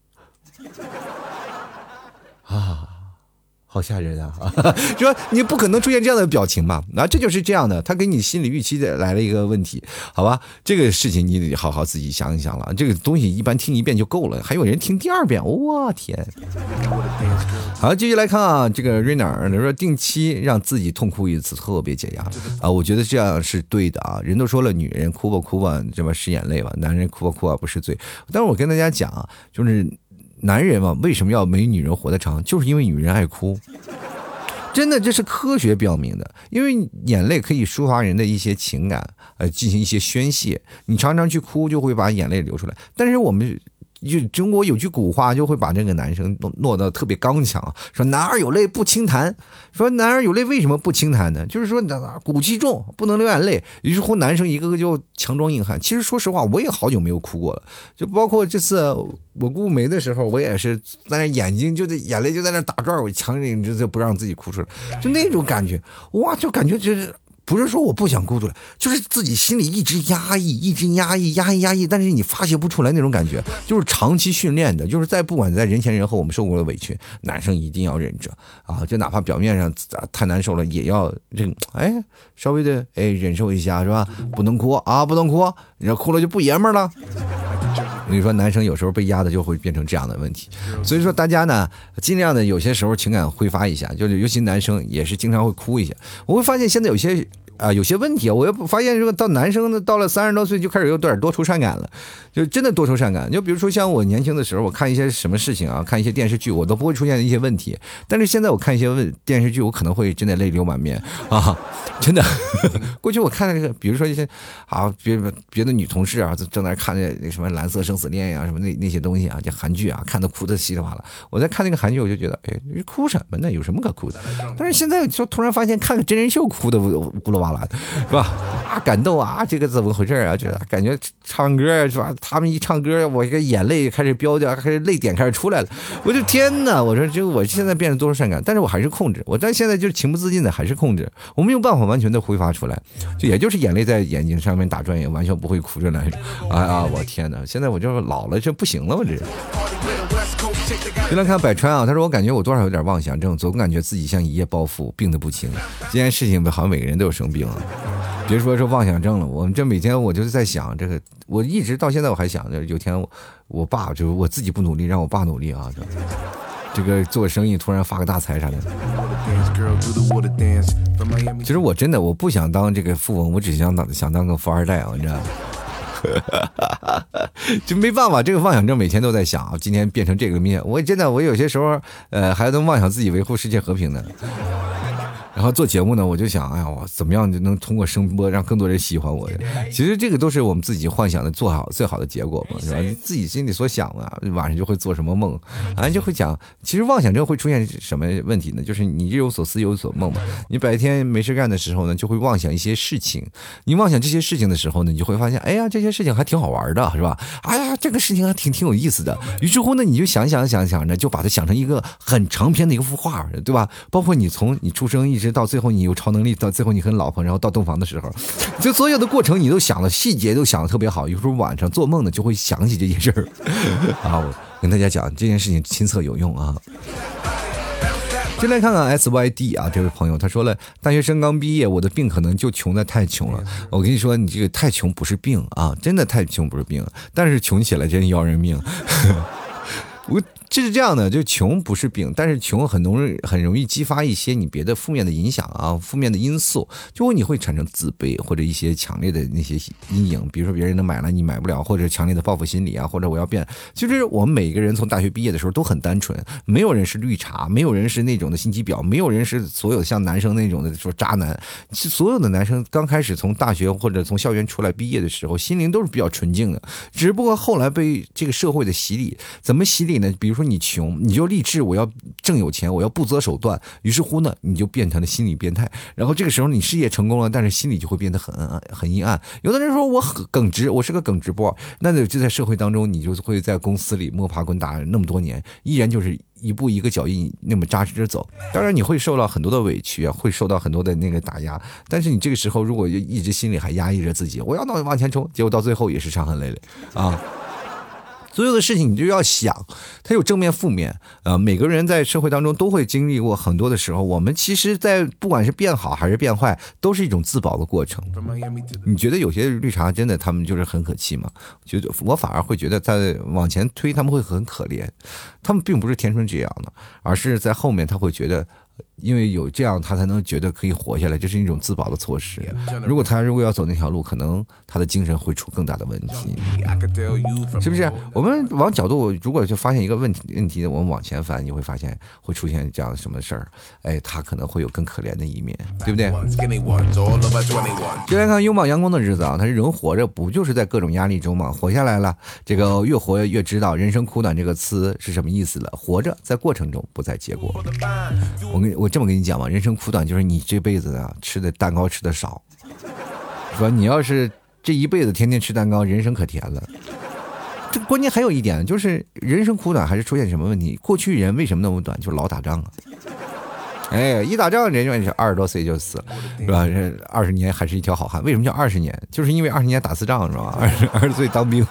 啊。好吓人啊！说你不可能出现这样的表情嘛？那这就是这样的，他给你心理预期的来了一个问题，好吧？这个事情你得好好自己想一想了。这个东西一般听一遍就够了，还有人听第2遍，我天！好，继续来看啊，这个 Rainer 说定期让自己痛哭一次，特别解压啊，我觉得这样是对的啊。人都说了，女人哭吧哭吧，这么拭眼泪吧，男人哭吧哭吧不是罪。但是我跟大家讲啊，就是。男人嘛，为什么要没女人活得长？就是因为女人爱哭。 真的这是科学表明的，因为眼泪可以抒发人的一些情感，进行一些宣泄。你常常去哭，就会把眼泪流出来。但是我们就中国有句古话，就会把这个男生弄得特别刚强，说男儿有泪不轻弹。说男儿有泪为什么不轻弹呢？就是说骨气重，不能流眼泪。于是乎，男生一个个就强装硬汉。其实说实话，我也好久没有哭过了。就包括这次我姑梅的时候，我也是在那眼睛就在眼泪就在那打转，我强忍着不让自己哭出来，就那种感觉，哇，就感觉就是。不是说我不想哭出来，就是自己心里一直压抑，但是你发泄不出来那种感觉，就是长期训练的，就是不管在人前人后，我们受过的委屈，男生一定要忍着啊，就哪怕表面上太难受了，也要忍，稍微的忍受一下，是吧？不能哭啊，不能哭，你要哭了就不爷们儿了。我跟你说，男生有时候被压的就会变成这样的问题，所以说大家呢，尽量的有些时候情感挥发一下，就是尤其男生也是经常会哭一下。我会发现现在有些问题啊，我又发现这个到男生呢，到了30多岁就开始有点多愁善感了，就真的多愁善感。就比如说像我年轻的时候，我看一些什么事情啊，看一些电视剧，我都不会出现一些问题。但是现在我看一些电视剧，我可能会真的泪流满面啊，真的。过去我看那个，比如说一些别的女同事啊，正在看那什么蓝色生死恋呀、什么那些东西啊，这韩剧啊，看得哭得稀里哗啦。我在看那个韩剧，我就觉得，哭什么呢？有什么可哭的？但是现在就突然发现，看个真人秀哭的咕噜哇啦的，是吧？感动啊，这个怎么回事啊？这感觉唱歌是吧？他们一唱歌，我这个眼泪开始飙掉，开始泪点开始出来了。我就天哪！我说我现在变得多愁善感，但是我还是控制。但现在就是情不自禁的，还是控制。我没有办法完全的挥发出来，就也就是眼泪在眼睛上面打转，也完全不会哭着来。我天哪！现在我就老了，这不行了，我这。就来看百川啊，他说我感觉我多少有点妄想症，总感觉自己像一夜暴富，病得不轻。这件事情好像每个人都有生病啊，别说妄想症了，我们这每天我就是在想这个，我一直到现在我还想着有天我爸就是我自己不努力，让我爸努力啊，这个做生意突然发个大财啥的。其实我真的我不想当这个富翁，我只想当个富二代啊，你知道吗？就没办法，这个妄想症每天都在想，今天变成这个面，我真的我有些时候还能妄想自己维护世界和平呢。然后做节目呢，我就想，我怎么样就能通过声波让更多人喜欢我？其实这个都是我们自己幻想的做好最好的结果嘛，是吧？你自己心里所想啊，晚上就会做什么梦，就会讲。其实妄想症会出现什么问题呢？就是你日有所思，夜有所梦嘛。你白天没事干的时候呢，就会妄想一些事情。你妄想这些事情的时候呢，你就会发现，这些事情还挺好玩的，是吧？这个事情还挺有意思的。于是乎呢，你就想着，就把它想成一个很长篇的一个幅画，对吧？包括你从你出生一直到最后你有超能力，到最后你和老婆然后到洞房的时候，就所有的过程你都想了，细节都想的特别好。有时候晚上做梦呢就会想起这件事儿我跟大家讲这件事情亲测有用啊。先来看看 SYD 啊，这位朋友他说了，大学生刚毕业，我的病可能就穷的太穷了。我跟你说，你这个太穷不是病啊，真的太穷不是病，但是穷起来真要人命。就是这样的，就穷不是病，但是穷很容易激发一些你别的负面的影响啊，负面的因素，就你会产生自卑或者一些强烈的那些阴影，比如说别人能买了你买不了，或者强烈的报复心理啊，或者我要变。就是我们每个人从大学毕业的时候都很单纯，没有人是绿茶，没有人是那种的心机婊，没有人是所有像男生那种的说渣男。所有的男生刚开始从大学或者从校园出来毕业的时候，心灵都是比较纯净的，只不过后来被这个社会的洗礼。怎么洗礼呢？比如说你穷，你就立志我要挣有钱，我要不择手段，于是乎呢你就变成了心理变态。然后这个时候你事业成功了，但是心里就会变得很阴暗。有的人说我很耿直，我是个耿直波，那就在社会当中你就会在公司里摸爬滚打那么多年，依然就是一步一个脚印那么扎实着走。当然你会受到很多的委屈啊，会受到很多的那个打压，但是你这个时候如果一直心里还压抑着自己，我要往前冲，结果到最后也是伤痕累累啊。所有的事情你就要想，它有正面负面，每个人在社会当中都会经历过很多的时候，我们其实在不管是变好还是变坏，都是一种自保的过程。你觉得有些绿茶真的他们就是很可气吗？我反而会觉得在往前推他们会很可怜，他们并不是天生这样的，而是在后面他会觉得因为有这样他才能觉得可以活下来，这是一种自保的措施。如果他要走那条路，可能他的精神会出更大的问题，是不是？我们往角度，如果就发现一个问题，我们往前翻，你会发现会出现这样什么事儿？哎，他可能会有更可怜的一面，对不对？就来看拥抱阳光的日子啊，他是人活着不就是在各种压力中吗？活下来了，这个越活越知道人生苦短这个词是什么意思了。活着在过程中，不在结果。我这么跟你讲吧，人生苦短就是你这辈子啊吃的蛋糕吃的少，说你要是这一辈子天天吃蛋糕，人生可甜了。这关键还有一点就是人生苦短还是出现什么问题？过去人为什么那么短？就是老打仗啊。哎，一打仗人就20多岁就死了，是吧？20年还是一条好汉。为什么叫20年？就是因为20年打4仗，是吧？20岁当兵。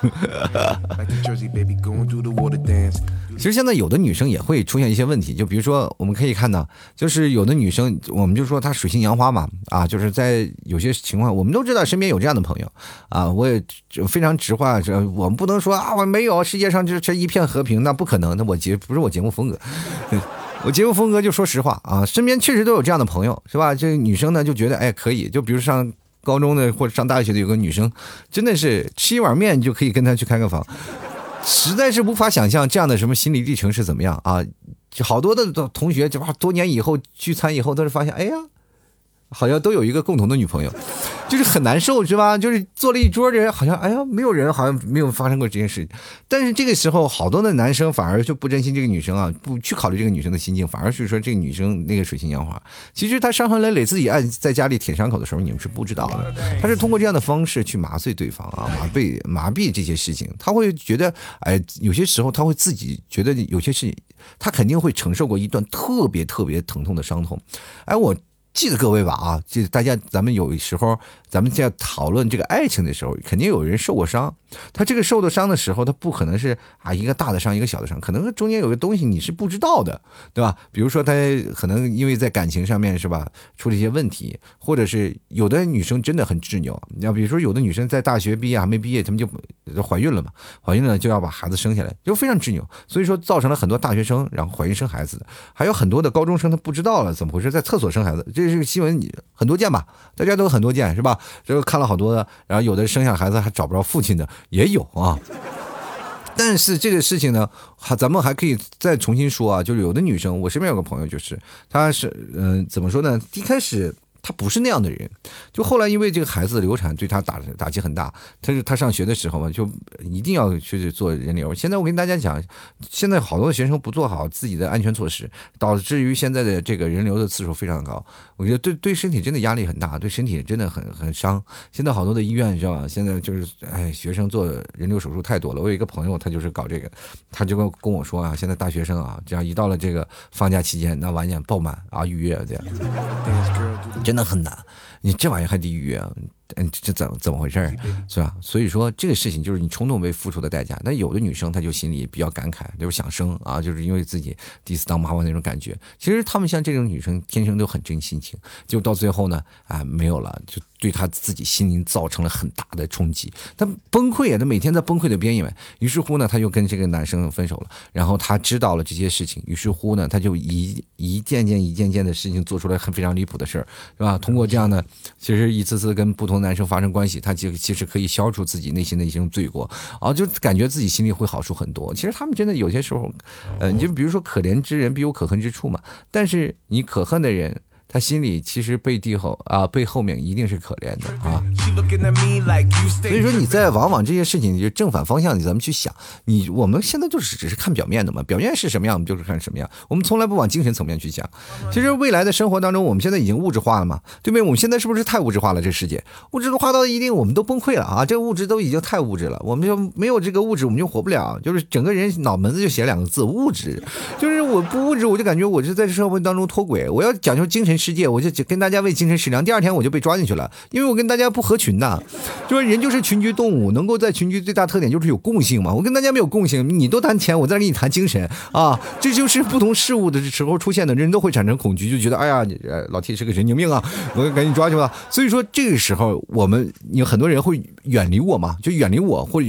其实现在有的女生也会出现一些问题，就比如说我们可以看到，就是有的女生，我们就说她水性杨花嘛，啊，就是在有些情况，我们都知道身边有这样的朋友，啊，我也非常直话，我们不能说啊，我没有，世界上这一片和平，那不可能，那不是我节目风格。我节目风格就说实话啊，身边确实都有这样的朋友，是吧？这个女生呢就觉得哎可以，就比如上高中的或者上大学的有个女生，真的是吃一碗面就可以跟她去开个房，实在是无法想象这样的什么心理历程是怎么样啊！就好多的同学，就多年以后聚餐以后，都是发现，哎呀，好像都有一个共同的女朋友，就是很难受，是吧？就是坐了一桌人，好像哎呀，没有人好像没有发生过这件事。但是这个时候，好多的男生反而就不珍惜这个女生啊，不去考虑这个女生的心境，反而是说这个女生那个水性杨花。其实她伤痕累累，自己在家里舔伤口的时候，你们是不知道的。她是通过这样的方式去麻醉对方啊，麻痹这些事情。他会觉得，哎，有些时候他会自己觉得有些事情，他肯定会承受过一段特别特别疼痛的伤痛。哎，我记得各位吧啊，记得大家，咱们有时候咱们在讨论这个爱情的时候，肯定有人受过伤。他这个受的伤的时候，他不可能是啊一个大的伤一个小的伤，可能中间有个东西你是不知道的，对吧？比如说他可能因为在感情上面是吧出了一些问题，或者是有的女生真的很执拗，你要比如说有的女生在大学毕业还没毕业，她们就怀孕了嘛，怀孕了就要把孩子生下来，就非常执拗，所以说造成了很多大学生然后怀孕生孩子的，还有很多的高中生他不知道了怎么回事，在厕所生孩子，这是个新闻很多见吧，大家都很多见是吧？这个看了好多的，然后有的生下孩子还找不着父亲的也有啊。但是这个事情呢，咱们还可以再重新说啊，就是有的女生，我身边有个朋友，就是她是怎么说呢？一开始他不是那样的人，就后来因为这个孩子的流产对他打击很大，他上学的时候嘛，就一定要去做人流。现在我跟大家讲，现在好多的学生不做好自己的安全措施，导致于现在的这个人流的次数非常高。我觉得对身体真的压力很大，对身体真的很伤。现在好多的医院，你知道吧？现在就是学生做人流手术太多了。我有一个朋友，他就是搞这个，他就跟我说啊，现在大学生啊，只要一到了这个放假期间，那晚点爆满啊，预约这样。真的很难，你这玩意还得预约啊，这怎么回事是吧？所以说这个事情就是你冲动为付出的代价。但有的女生她就心里比较感慨，就是想生啊，就是因为自己第一次当妈妈那种感觉。其实她们像这种女生天生都很真心情，就到最后呢，没有了，就对她自己心灵造成了很大的冲击。她崩溃啊，她每天在崩溃的边缘。于是乎呢，她就跟这个男生分手了。然后她知道了这些事情，于是乎呢，她就一件件的事情做出来非常离谱的事儿，是吧？通过这样的，其实一次次跟不同男生发生关系，他其实可以消除自己内心的一种罪过啊，就感觉自己心里会好受很多。其实他们真的有些时候，你就比如说可怜之人必有可恨之处嘛，但是你可恨的人，他心里其实背后面一定是可怜的啊。所以说你在往往这些事情就正反方向咱们去想，我们现在就是只是看表面的嘛，表面是什么样我们就是看什么样，我们从来不往精神层面去想。其实未来的生活当中，我们现在已经物质化了嘛，对不对？我们现在是不是太物质化了？这世界物质化到一定我们都崩溃了啊！这个物质都已经太物质了，我们就没有这个物质我们就活不了，就是整个人脑门子就写2个字物质，就是我不物质我就感觉我是在社会当中脱轨，我要讲究精神世界，我就跟大家为精神食粮，第2天我就被抓进去了，因为我跟大家不合群的，就是人就是群居动物，能够在群居最大特点就是有共性嘛。我跟大家没有共性，你都谈钱，我在跟你谈精神啊，这就是不同事物的时候出现的，人都会产生恐惧，就觉得哎呀，老 T 是个神经病啊，我赶紧抓去吧。所以说这个时候有很多人会远离我嘛，就远离我，或者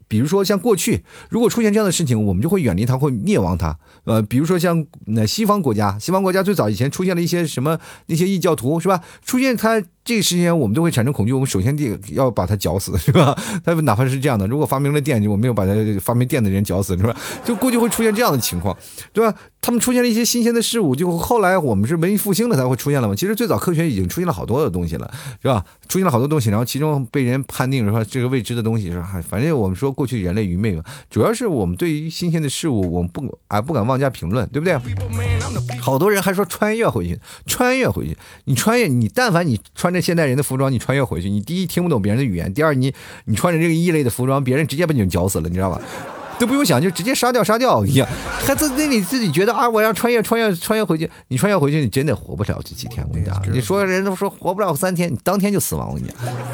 比如说像过去，如果出现这样的事情，我们就会远离它，会灭亡它。比如说像西方国家最早以前出现了一些什么那些异教徒，是吧？出现它这个时间，我们都会产生恐惧，我们首先要把它绞死，是吧？他哪怕是这样的，如果发明了电，我没有把它发明电的人绞死，是吧？就估计会出现这样的情况，对吧？他们出现了一些新鲜的事物，就后来我们是文艺复兴了才会出现了嘛。其实最早科学已经出现了好多的东西了，是吧？出现了好多东西，然后其中被人判定说这个未知的东西是吧？反正我们说过去人类愚昧嘛，主要是我们对于新鲜的事物，我们不敢妄加评论，对不对？好多人还说穿越回去，你但凡你穿着现代人的服装，你穿越回去，你第一听不懂别人的语言，第二你穿着这个异类的服装，别人直接把你绞死了，你知道吧？都不用想，就直接杀掉一样，还在那里自己觉得啊，我要穿越回去，你穿越回去，你真的活不了这几天。我跟你讲，你说人都说活不了3天，你当天就死亡。我跟你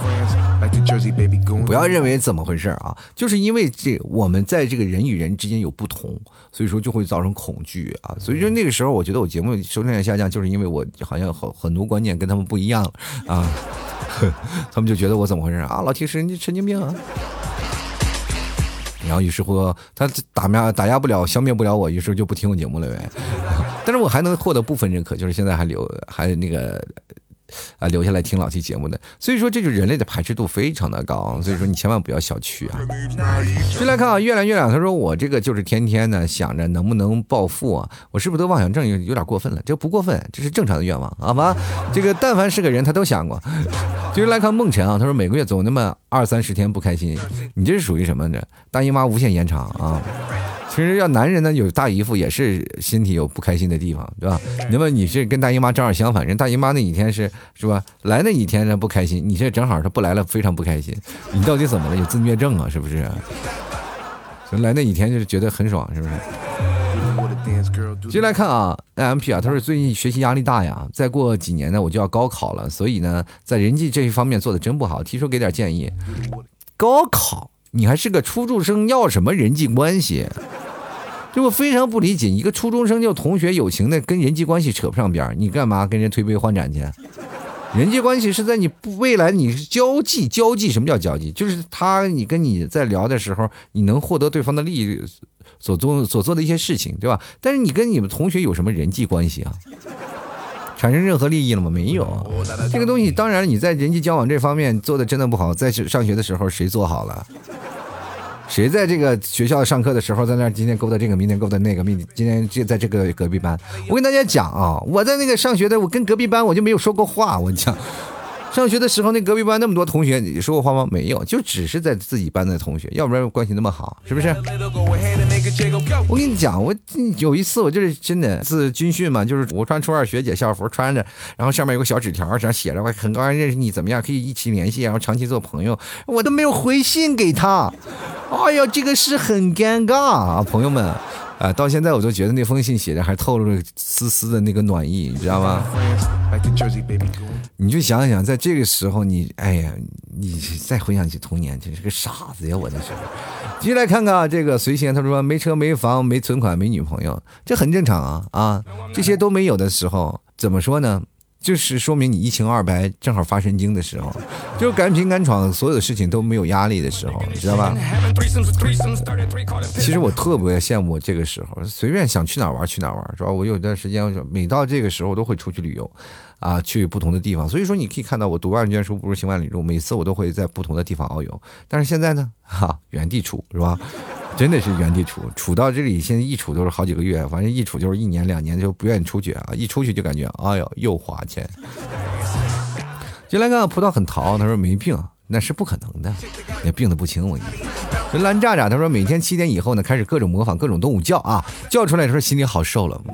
讲，不要认为怎么回事啊，就是因为我们在这个人与人之间有不同，所以说就会造成恐惧啊。所以说那个时候，我觉得我节目收听量下降，就是因为我好像很多观念跟他们不一样啊，他们就觉得我怎么回事啊，老提示你神经病啊。然后于是乎他打压不了消灭不了我，于是就不听我节目了呗。但是我还能获得部分认可，就是现在还那个留下来听老 T 节目的。所以说这就是人类的排斥度非常的高，所以说你千万不要小觑啊。就来看啊，月亮他说我这个就是天天呢想着能不能暴富啊，我是不是得妄想症有点过分了？这不过分，这是正常的愿望，好吧？这个但凡是个人他都想过。就是来看梦辰啊，他说每个月总那么20-30天不开心，你这是属于什么呢？大姨妈无限延长啊！其实要男人呢有大姨夫也是身体有不开心的地方，对吧？那么你是跟大姨妈正好相反，人大姨妈那几天是吧？来那几天呢不开心，你这正好他不来了非常不开心，你到底怎么了？有自虐症啊？是不是？来那几天就是觉得很爽，是不是？接来看啊 ，MP 啊，他说最近学习压力大呀，再过几年呢我就要高考了，所以呢在人际这一方面做的真不好，提出给点建议。高考，你还是个初中生，要什么人际关系？就我非常不理解，一个初中生就同学友情的跟人际关系扯不上边，你干嘛跟人推杯换盏去？人际关系是在你未来你交际，什么叫交际？就是你跟你在聊的时候，你能获得对方的利益所做的一些事情，对吧？但是你跟你们同学有什么人际关系啊？产生任何利益了吗？没有。这个东西当然你在人际交往这方面做的真的不好，在上学的时候谁做好了？谁在这个学校上课的时候在那今天勾搭这个，明天勾搭那个，今天在这个隔壁班？我跟大家讲啊，我在那个上学的，我跟隔壁班我就没有说过话。我讲上学的时候那隔壁班那么多同学，你说过话吗？没有，就只是在自己班的同学，要不然关系那么好，是不是？我跟你讲，我有一次我就是真的是军训嘛，就是我穿初二学姐校服穿着，然后上面有个小纸条，上写着我很高兴认识你，怎么样可以一起联系，然后长期做朋友，我都没有回信给他。哎呀，这个是很尴尬啊，朋友们啊，到现在我都觉得那封信写的还透露着丝丝的那个暖意，你知道吗？你就想想，在这个时候你再回想起童年，真是个傻子呀！我那时候，继续来看看这个随贤，他说没车没房没存款没女朋友，这很正常啊，这些都没有的时候，怎么说呢？就是说明你一清二白，正好发神经的时候，就是敢拼敢闯，所有的事情都没有压力的时候，你知道吧？其实我特别羡慕这个时候，随便想去哪玩去哪玩，是吧？我有段时间每到这个时候我都会出去旅游啊，去不同的地方。所以说你可以看到我读万卷书不如行万里路，每次我都会在不同的地方遨游。但是现在呢，原地处，是吧？真的是原地处到这里，现在一处都是好几个月，反正一处就是1年2年就不愿意出去啊，一出去就感觉哎呦又花钱。就来看葡萄很淘，他说没病那是不可能的，也病得不轻。我跟蓝炸炸他说每天7点以后呢开始各种模仿各种动物叫啊，叫出来的时候心里好受了。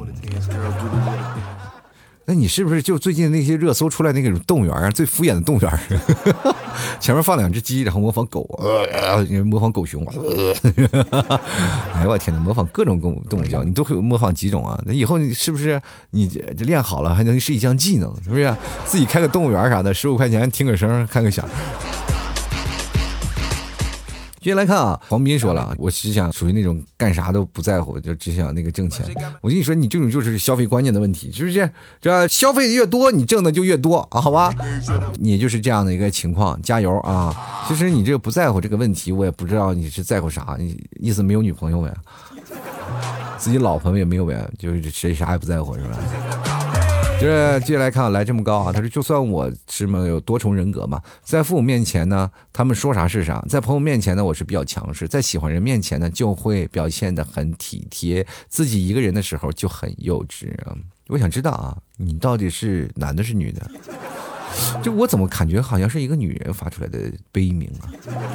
那你是不是就最近那些热搜出来那种动物园最敷衍的动物园前面放2只鸡，然后模仿狗模仿狗熊哎呦我天哪，模仿各种动物叫，你都会模仿几种啊？那以后你是不是你练好了还能是一项技能，是不是？自己开个动物园啥的，15块钱听个声看个响。 接下来看啊，黄斌说了，我只想属于那种干啥都不在乎，就只想那个挣钱。我跟你说，你这种就是消费观念的问题，是不是？这消费越多，你挣的就越多啊，好吧？你就是这样的一个情况，加油啊！其实你这个不在乎这个问题，我也不知道你是在乎啥，你意思没有女朋友呗？自己老婆也没有呗？就是谁啥也不在乎是吧？就是接下来看来这么高啊，他说就算我是有多重人格嘛，在父母面前呢，他们说啥是啥；在朋友面前呢，我是比较强势；在喜欢人面前呢，就会表现得很体贴；自己一个人的时候就很幼稚。我想知道啊，你到底是男的是女的？就我怎么感觉好像是一个女人发出来的悲鸣啊！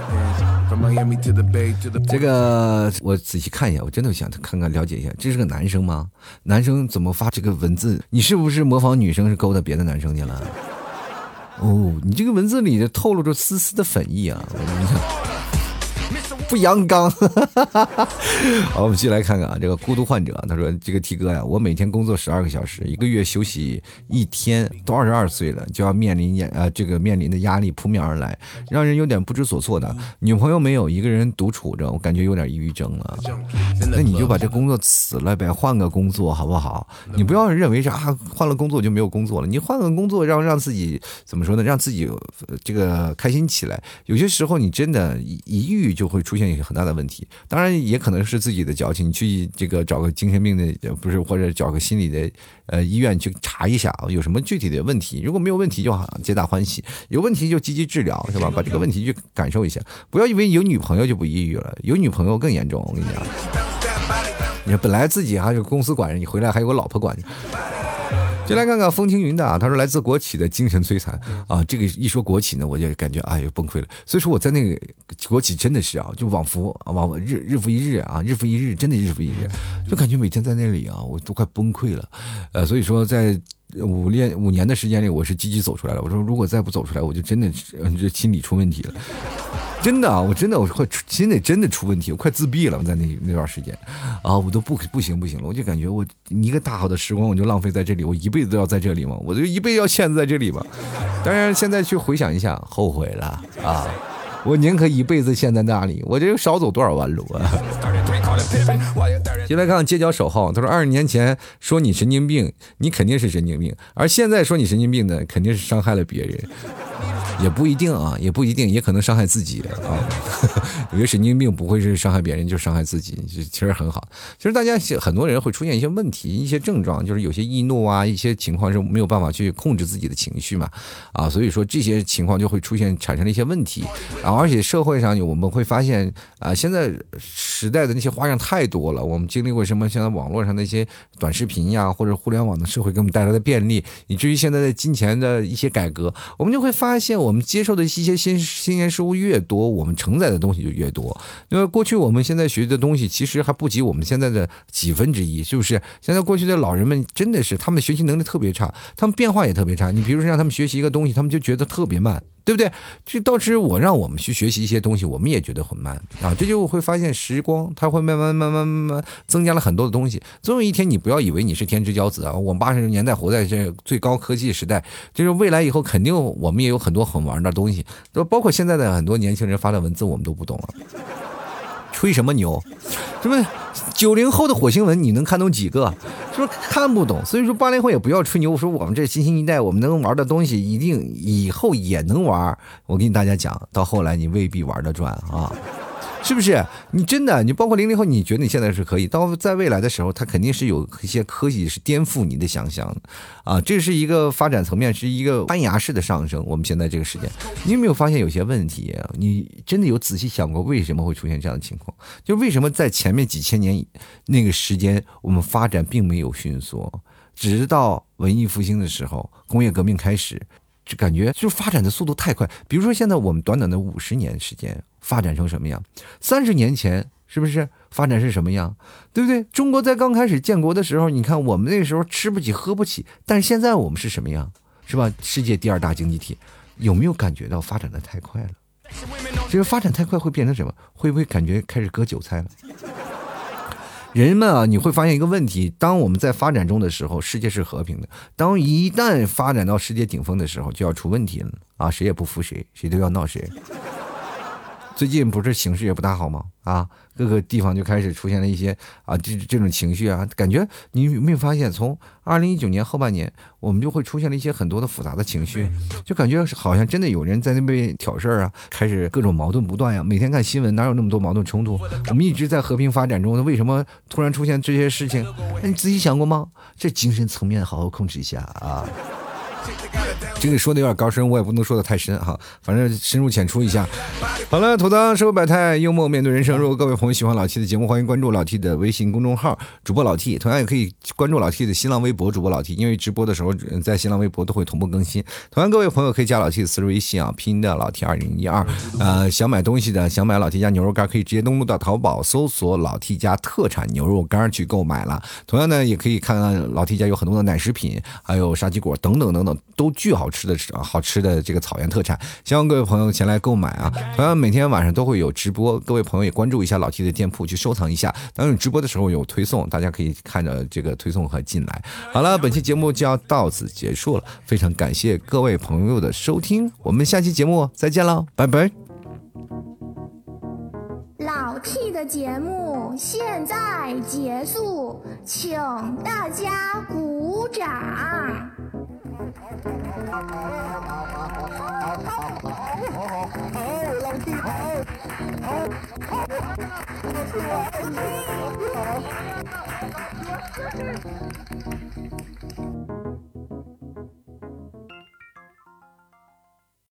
这个我仔细看一下，我真的想看看了解一下，这是个男生吗？男生怎么发这个文字？你是不是模仿女生是勾搭别的男生去了？哦，你这个文字里透露着丝丝的粉意啊！你看。不阳刚。好，我们继续来看看啊，这个孤独患者，他说这个 T 哥呀，我每天工作12个小时，一个月休息1天，都22岁了，就要面临的压力扑面而来，让人有点不知所措的。女朋友没有，一个人独处着，我感觉有点抑郁症了。那你就把这工作辞了呗，换个工作好不好？你不要认为是啊，换了工作就没有工作了，你换个工作让自己怎么说呢？让自己这个开心起来。有些时候你真的一郁就会出现一个很大的问题，当然也可能是自己的矫情，你去这个找个精神病的不是，或者找个心理的医院去查一下有什么具体的问题，如果没有问题就好，皆大欢喜，有问题就积极治疗，是吧？把这个问题去感受一下，不要以为有女朋友就不抑郁了，有女朋友更严重，我跟你讲，你说本来自己还有公司管着你，回来还有个老婆管着。就来看看风轻云的啊，他说来自国企的精神摧残啊，这个一说国企呢，我就感觉哎呦崩溃了。所以说我在那个国企真的是啊，就往日复一日啊，日复一日，真的日复一日，就感觉每天在那里啊，我都快崩溃了。所以说在5年的时间里，我是积极走出来了。我说如果再不走出来，我就真的这心理出问题了。真的啊，我快心里真的出问题，我快自闭了。在那段时间啊，我都不行了，我就感觉我一个大好的时光我就浪费在这里，我一辈子都要在这里吗？我就一辈子要陷在这里吗？当然现在去回想一下，后悔了啊！我宁可一辈子陷在那里，我这少走多少弯路啊！先来看看街角守候，他说20年前说你神经病，你肯定是神经病，而现在说你神经病的肯定是伤害了别人。也不一定啊，也不一定，也可能伤害自己啊。有些神经病不会是伤害别人，就伤害自己，其实很好。其实大家很多人会出现一些问题，一些症状，就是有些易怒啊，一些情况是没有办法去控制自己的情绪嘛，啊，所以说这些情况就会产生了一些问题啊。而且社会上我们会发现啊，现在时代的那些花样太多了，我们经历过什么？像网络上的一些短视频呀，或者互联网的社会给我们带来的便利，以至于现在的金钱的一些改革，我们就会发现。我们接受的一些新鲜事物越多，我们承载的东西就越多。因为过去我们现在学的东西其实还不及我们现在的1/10，是不是？现在过去的老人们真的是他们的学习能力特别差，他们变化也特别差。你比如说让他们学习一个东西，他们就觉得特别慢。对不对？这倒是让我们去学习一些东西，我们也觉得很慢啊。这就会发现时光它会慢慢增加了很多的东西。总有一天，你不要以为你是天之骄子啊！我们80年代活在这最高科技时代，就是未来以后肯定我们也有很多很玩的东西，包括现在的很多年轻人发的文字我们都不懂了。吹什么牛？什么90后的火星文你能看懂几个？是不是看不懂？所以说80后也不要吹牛，说我们这新兴一代我们能玩的东西一定以后也能玩。我跟大家讲，到后来你未必玩得转啊。是不是？你真的，你包括00后，你觉得你现在是可以，在未来的时候，它肯定是有一些科技是颠覆你的想象的啊！这是一个发展层面，是一个攀崖式的上升。我们现在这个时间，你有没有发现有些问题？你真的有仔细想过为什么会出现这样的情况？就为什么在前面几千年那个时间，我们发展并没有迅速，直到文艺复兴的时候，工业革命开始。就感觉就发展的速度太快，比如说现在我们短短的50年时间发展成什么样，30年前是不是发展是什么样，对不对？中国在刚开始建国的时候，你看我们那个时候吃不起喝不起，但是现在我们是什么样，是吧？世界第2大经济体，有没有感觉到发展的太快了？这个发展太快会变成什么？会不会感觉开始割韭菜了？人们啊，你会发现一个问题，当我们在发展中的时候，世界是和平的，当一旦发展到世界顶峰的时候，就要出问题了啊！谁也不服谁，谁都要闹谁。 最近不是形势也不大好吗？啊，各个地方就开始出现了一些这种情绪啊，感觉你有没有发现，从2019年后半年，我们就会出现了一些很多的复杂的情绪，就感觉好像真的有人在那边挑事儿啊，开始各种矛盾不断呀。每天看新闻哪有那么多矛盾冲突？我们一直在和平发展中，为什么突然出现这些事情？那你仔细想过吗？这精神层面好好控制一下啊。这个说的有点高深，我也不能说的太深哈，反正深入浅出一下。好了，吐槽社会百态，幽默面对人生。如果各位朋友喜欢老 T 的节目，欢迎关注老 T 的微信公众号主播老 T， 同样也可以关注老 T 的新浪微博主播老 T， 因为直播的时候在新浪微博都会同步更新。同样各位朋友可以加老 T 的私人微信啊，拼音的老 T 2012。想买东西的，想买老 T 家牛肉干，可以直接登录到淘宝搜索老 T 家特产牛肉干去购买了。同样呢，也可以看看老 T 家有很多的奶食品，还有沙棘果等等等等，都巨好吃的这个草原特产，希望各位朋友前来购买啊！同样每天晚上都会有直播，各位朋友也关注一下老 T 的店铺，去收藏一下。当有直播的时候有推送，大家可以看着这个推送和进来。好了，本期节目就要到此结束了，非常感谢各位朋友的收听，我们下期节目再见了，拜拜。 老 T 的节目现在结束，请大家鼓掌。好，